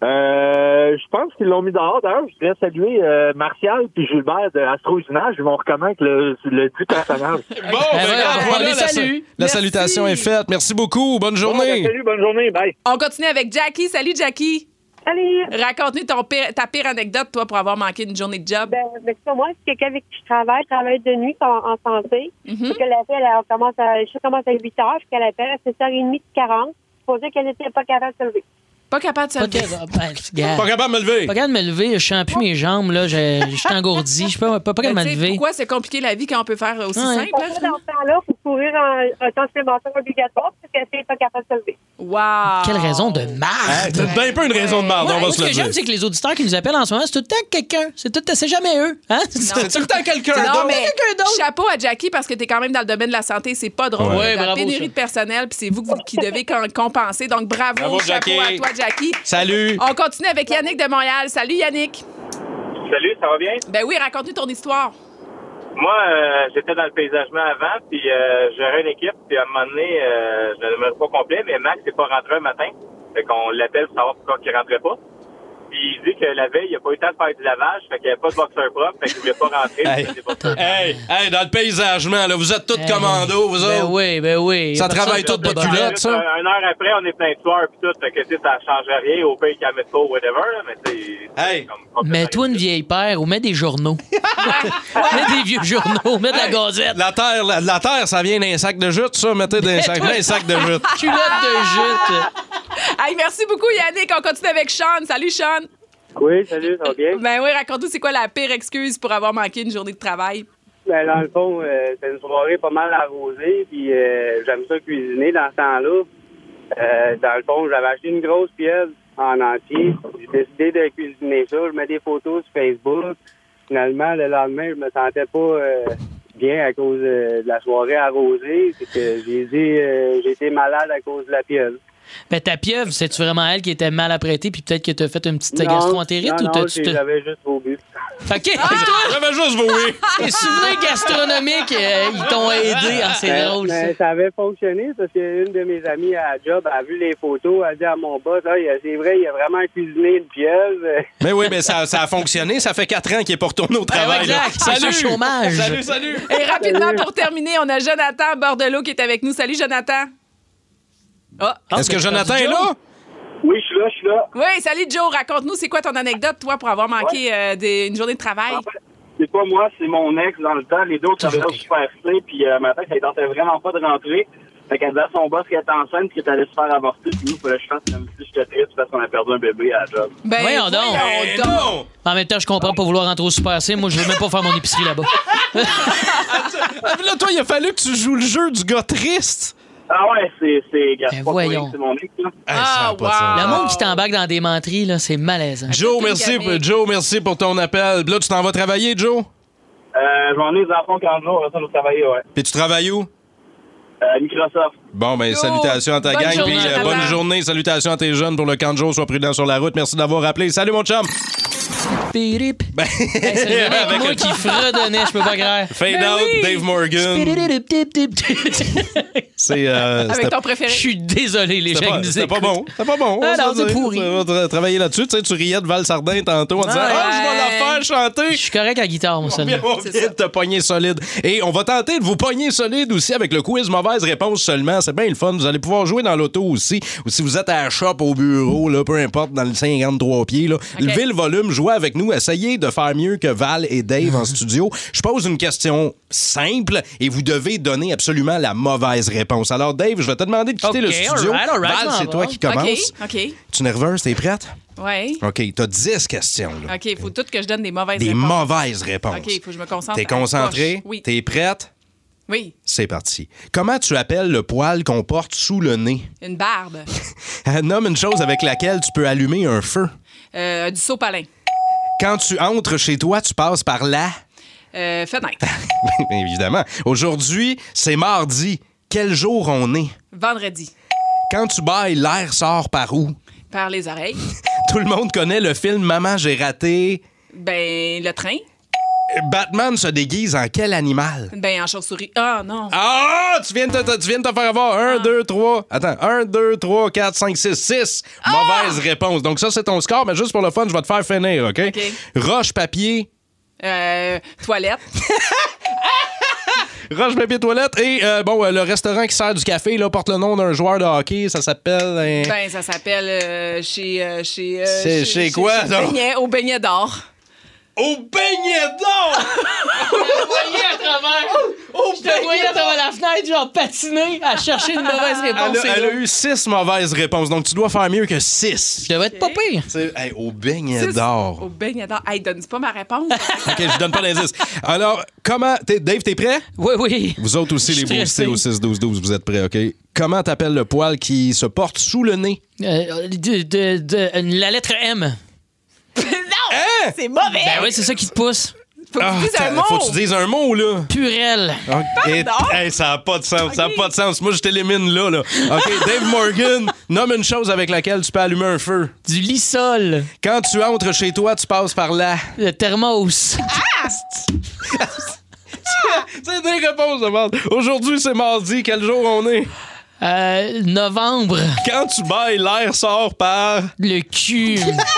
Euh, je pense qu'ils l'ont mis dehors. D'ailleurs, je voudrais saluer euh, Martial puis Gilbert de Astro-Usinage. Ils vont reconnaître le, le du personnage. Bon, Ben ben, voilà, regarde, on voilà, les la, salue. la Merci. salutation est faite. Merci beaucoup. Bonne Bon, journée. ben, salut, bonne journée. Bye. On continue avec Jackie. Salut, Jackie. Salut! Raconte-nous ton pire- ta pire anecdote, toi, pour avoir manqué une journée de job. Ben, ben, c'est pas moi, c'est quelqu'un avec qui je travaille, travaille de nuit en, en santé. Mhm. Fait que la fille, elle, elle commence à, je commence à huit heures, puis qu'elle appelle à sept heures trente, quarante, pour dire qu'elle n'était pas capable de se lever. Pas capable de se Pas lever. capable, ben, gars, Pas capable de me lever. pas capable de me lever, je sens plus mes jambes, là, je, je suis engourdi, je suis pas, pas, pas capable Ben, de me tu sais, lever. pourquoi c'est compliqué la vie quand on peut faire aussi Ouais. simple? Pour hein, ça, dans finalement? ce temps-là, il faut courir un, un temps supplémentaire obligatoire, parce qu'elle n'est pas capable de se lever. Wow! Quelle raison de Hey, marde! c'est bien pas une raison de marde, Ouais, on va moi, se ce le que j'aime, dire. c'est que les auditeurs qui nous appellent en ce moment, c'est tout le temps quelqu'un. C'est, tout, c'est jamais eux. Hein? C'est tout le temps quelqu'un Non, d'autre. mais quelqu'un d'autre. chapeau à Jackie parce que t'es quand même dans le domaine de la santé. C'est pas drôle. Ouais, la bravo, pénurie ça. de personnel, puis c'est vous qui devez com- compenser. Donc, bravo, Bravo, chapeau Jackie. à toi, Jackie. Salut. On continue avec Yannick de Montréal. Salut, Yannick. Salut, ça va bien? Ben oui, raconte-nous ton histoire. Moi, euh, j'étais dans le paysagement avant, puis euh, j'aurais une équipe, puis à un moment donné, euh, je ne le numéro pas complet, mais Max n'est pas rentré un matin. Fait qu'on l'appelle pour savoir pourquoi il rentrait pas. Puis il dit que la veille, il n'a pas eu le temps de faire du lavage, fait qu'il n'y avait pas de boxeur propre, fait qu'il voulait pas rentrer. Hey. puis il faisait pas ça. Hey, hey, dans le paysagement, là, vous êtes tous Hey. commando, vous Ben autres. oui, ben oui. Ça Y a travaille personne tout de pas de bonne- culotte, ça. Un- Une heure après, on est plein de soirs, puis tout, fait que tu sais, ça change rien, au pays qu'il y a métro, whatever, là, mais tu sais. Hey. Mets-toi une vieille paire ou mets des journaux. Mets des vieux journaux, mets de la gazette. La terre, la, la terre, ça vient d'un sac de jute, ça. Mettez des sacs, Mets-toi- un sac de jute. Culotte de jute. Hey, merci beaucoup, Yannick. On continue avec Sean. Salut, Sean. Oui, salut, ça va bien? Ben oui, raconte-nous, c'est quoi la pire excuse pour avoir manqué une journée de travail? Ben, dans le fond, euh, c'était une soirée pas mal arrosée, puis euh, j'aime ça cuisiner dans ce temps-là. Euh, dans le fond, j'avais acheté une grosse pieuvre en entier. J'ai décidé de cuisiner ça. Je mets des photos sur Facebook. Finalement, le lendemain, je me sentais pas euh, bien à cause euh, de la soirée arrosée. C'est que j'ai dit, euh, j'ai été malade à cause de la pieuvre. Ben ta pieuvre, c'est-tu vraiment elle qui était mal apprêtée puis peut-être que t'as fait une petite Non, gastro-entérite non, ou non, t'as-tu... j'ai- j'avais juste au but. Fait que J'avais juste voué. les souvenirs gastronomiques, euh, ils t'ont aidé. Ah, c'est Mais- drôle, ça. mais ça avait fonctionné parce qu'une de mes amies à la job a vu les photos, elle a dit à mon boss, ah, il a- c'est vrai, il a vraiment cuisiné une pieuvre. Mais oui, mais ça, ça a fonctionné. Ça fait quatre ans qu'il est pas retourné au travail. ouais, exact. là. C'est Salut. ça, chômage. Salut, salut. Et rapidement, pour terminer, on a Jonathan Bordelot qui est avec nous. Salut, Jonathan. Ah. Est-ce que Jonathan est Joe? là? Oui, je suis là, je suis là. Oui, salut, Joe. Raconte-nous, c'est quoi ton anecdote, toi, pour avoir manqué euh, des- une journée de travail? En fait, c'est pas moi, c'est mon ex dans le temps. Les deux autres Toujours travaillaient au Super C, puis euh, matin, ça ne tentait vraiment pas de rentrer. Fait qu'elle disait à son boss qu'elle était enceinte, puis qu'elle allait se faire avorter, puis nous, il fallait que je fasse comme si j'étais triste parce qu'on a perdu un bébé à la job. Ben, Voyons donc. voyons Eh donc. non! En même temps, je comprends pas vouloir rentrer au Super C. Moi, je veux même pas faire mon épicerie là-bas. Ah, là, toi, il a fallu que tu joues le jeu du gars triste. Ah ouais, c'est... c'est gars, Ben c'est pas voyons. pour rien que c'est mon ex, là. Hey, ça a Ah, pas de sens. Le monde qui t'embarque dans des menteries, là, c'est malaisant. Joe, toute merci, une gamine. Joe, merci pour ton appel. Là, tu t'en vas travailler, Joe? Euh, je m'en ai les enfants quarante jours, ça, je vais travailler, ouais. Puis tu travailles où? Euh, Microsoft. Bon, ben, Yo, salutations à ta bonne gang, journée, puis euh, Jonathan. bonne journée. Salutations à tes jeunes pour le camp de jour. Sois prudent sur la route. Merci d'avoir appelé. Salut, mon chum. Pirip. Ben, Hey, c'est le avec avec moi un qui fredonnait, je peux pas croire. fade Ben out, oui. Dave Morgan. C'est. euh, Avec c'était- ton Je préféré. suis désolé, les C'était gens pas, qui nous c'était pas écoutent. bon. C'était pas bon. Ah on non, va c'est dire. pourri. On va tra- travailler là-dessus. Tu sais, tu riais de Val Sardin tantôt en disant Ouais. Ah, je vais la faire Je chanter. suis correct à la guitare, moi, seulement. On vient de te pogner solide. Et on va tenter de vous pogner solide aussi avec le quiz mauvaise réponse seulement. C'est bien le fun. Vous allez pouvoir jouer dans l'auto aussi. Ou si vous êtes à la shop, au bureau, là, peu importe, dans le cinquante-trois pieds, là, levez le volume, jouez à avec nous. Essayez de faire mieux que Val et Dave en studio. Je pose une question simple et vous devez donner absolument la mauvaise réponse. Alors, Dave, je vais te demander de quitter Okay, le studio. all right, all right, Val, c'est toi qui commence. OK, OK. Tu es nerveuse? T'es prête? Oui. OK, t'as dix questions. Là. OK, il faut tout que je donne des mauvaises Des réponses. mauvaises réponses. OK, il faut que je me concentre. T'es à la concentrée? poche. Oui. T'es prête? Oui. C'est parti. Comment tu appelles le poil qu'on porte sous le nez? Une barbe. Nomme une chose avec laquelle tu peux allumer un feu. Euh, du sopalin. Quand tu entres chez toi, tu passes par là? Euh, fenêtre. Évidemment. Aujourd'hui, c'est mardi. Quel jour on est? Vendredi. Quand tu bailles, l'air sort par où? Par les oreilles. Tout le monde connaît le film Maman, j'ai raté. Ben, le train. Batman se déguise en quel animal? Ben, en chauve-souris. Ah, non. Ah! Tu viens de te, tu viens de te faire avoir. Un, deux, trois. Attends. Un, deux, trois, quatre, cinq, six, six. Mauvaise réponse. Donc, ça, c'est ton score, mais juste pour le fun, je vais te faire finir, OK? OK. Roche, papier. Euh, toilette. Roche, papier, toilette. Et, euh, bon, euh, le restaurant qui sert du café, là, porte le nom d'un joueur de hockey. Ça s'appelle... euh, Ben, ça s'appelle euh, chez... euh, chez, euh, C'est chez quoi, chez donc? Beignet- au beignet d'or. Au beignet d'or! Je te voyais à travers. Au Je te voyais à travers la fenêtre, genre patiner, à chercher une mauvaise réponse. Elle a, elle a eu six mauvaises réponses, donc tu dois faire mieux que six. Je devais être pas pire. C'est- hey, au beignet Six. d'or. Au beignet d'or. Hey, donne pas ma réponse. OK, je donne pas d'indice. Alors, comment... t'es- Dave, t'es prêt? Oui, oui. Vous autres aussi, Je les suis boostés stressé. au six douze douze, vous êtes prêts, OK? Comment t'appelles le poil qui se porte sous le nez? Euh, de, de- de- la lettre M. non! Hein? C'est mauvais! Ben oui, c'est ça qui te pousse. Faut que Ah, tu dises un t'as- mot. faut que tu dises un mot, là. Purel. Et- hey, ça n'a pas de sens, ça n'a pas de sens. Moi, je t'élimine là, là. OK, Dave Morgan, nomme une chose avec laquelle tu peux allumer un feu. Du lissol. Quand tu entres chez toi, tu passes par là. Le thermos. C'est des réponses, de merde. Aujourd'hui, c'est mardi. Quel jour on est? Euh, novembre. Quand tu bailles, l'air sort par... Le cul.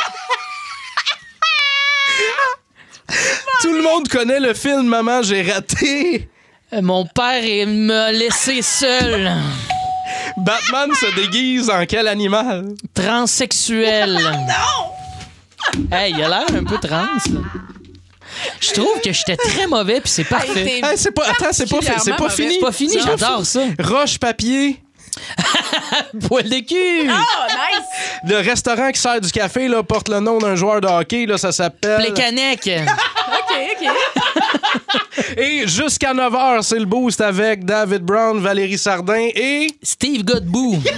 Tout le monde connaît le film Maman, j'ai raté. Euh, mon père il m'a laissé seul. Batman se déguise en quel animal? Transsexuel. Non! Hey, il a l'air un peu trans. là. Je trouve que j'étais très mauvais puis c'est parfait. Hey, Hey, c'est pas, attends, c'est pas, fi- c'est pas Particulièrement fini. C'est pas fini, C'est pas j'adore ça. Roche, papier. Poil de cul. Oh, nice! Le restaurant qui sert du café là, porte le nom d'un joueur de hockey. Là, ça s'appelle... Plécanec. OK, OK. Et jusqu'à neuf heures, c'est le boost avec David Brown, Valérie Sardin et... Steve Godbout. Nice!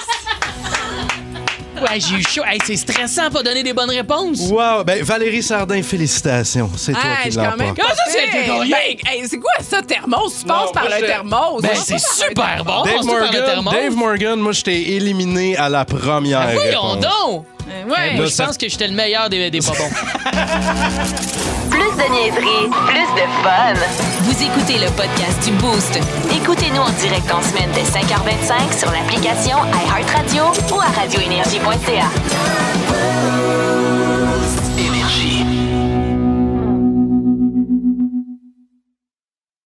Ouais, j'ai eu chaud. Hey, c'est stressant pas donner des bonnes réponses. Wow! Ben, Valérie Sardin, félicitations. C'est toi Ah, qui je suis quand même l'emporte. pas Comment ça, c'est fait. quelqu'un gagné? Ben, hey, c'est quoi ça, thermos? Tu passes par moi, le je- thermos. Ben, Tu c'est passes par le super thermos. bon. Dave Passe-toi par le Morgan, thermos. Dave Morgan, moi, je t'ai éliminé à la première Voyons réponse. donc. Euh, Moi, Ouais. Là, je ça- pense que j'étais le meilleur des, des pas bons. Plus de niaiserie, plus de fun. Vous écoutez le podcast du Boost. Écoutez-nous en direct en semaine dès cinq heures vingt-cinq sur l'application iHeartRadio ou à radio énergie point c a.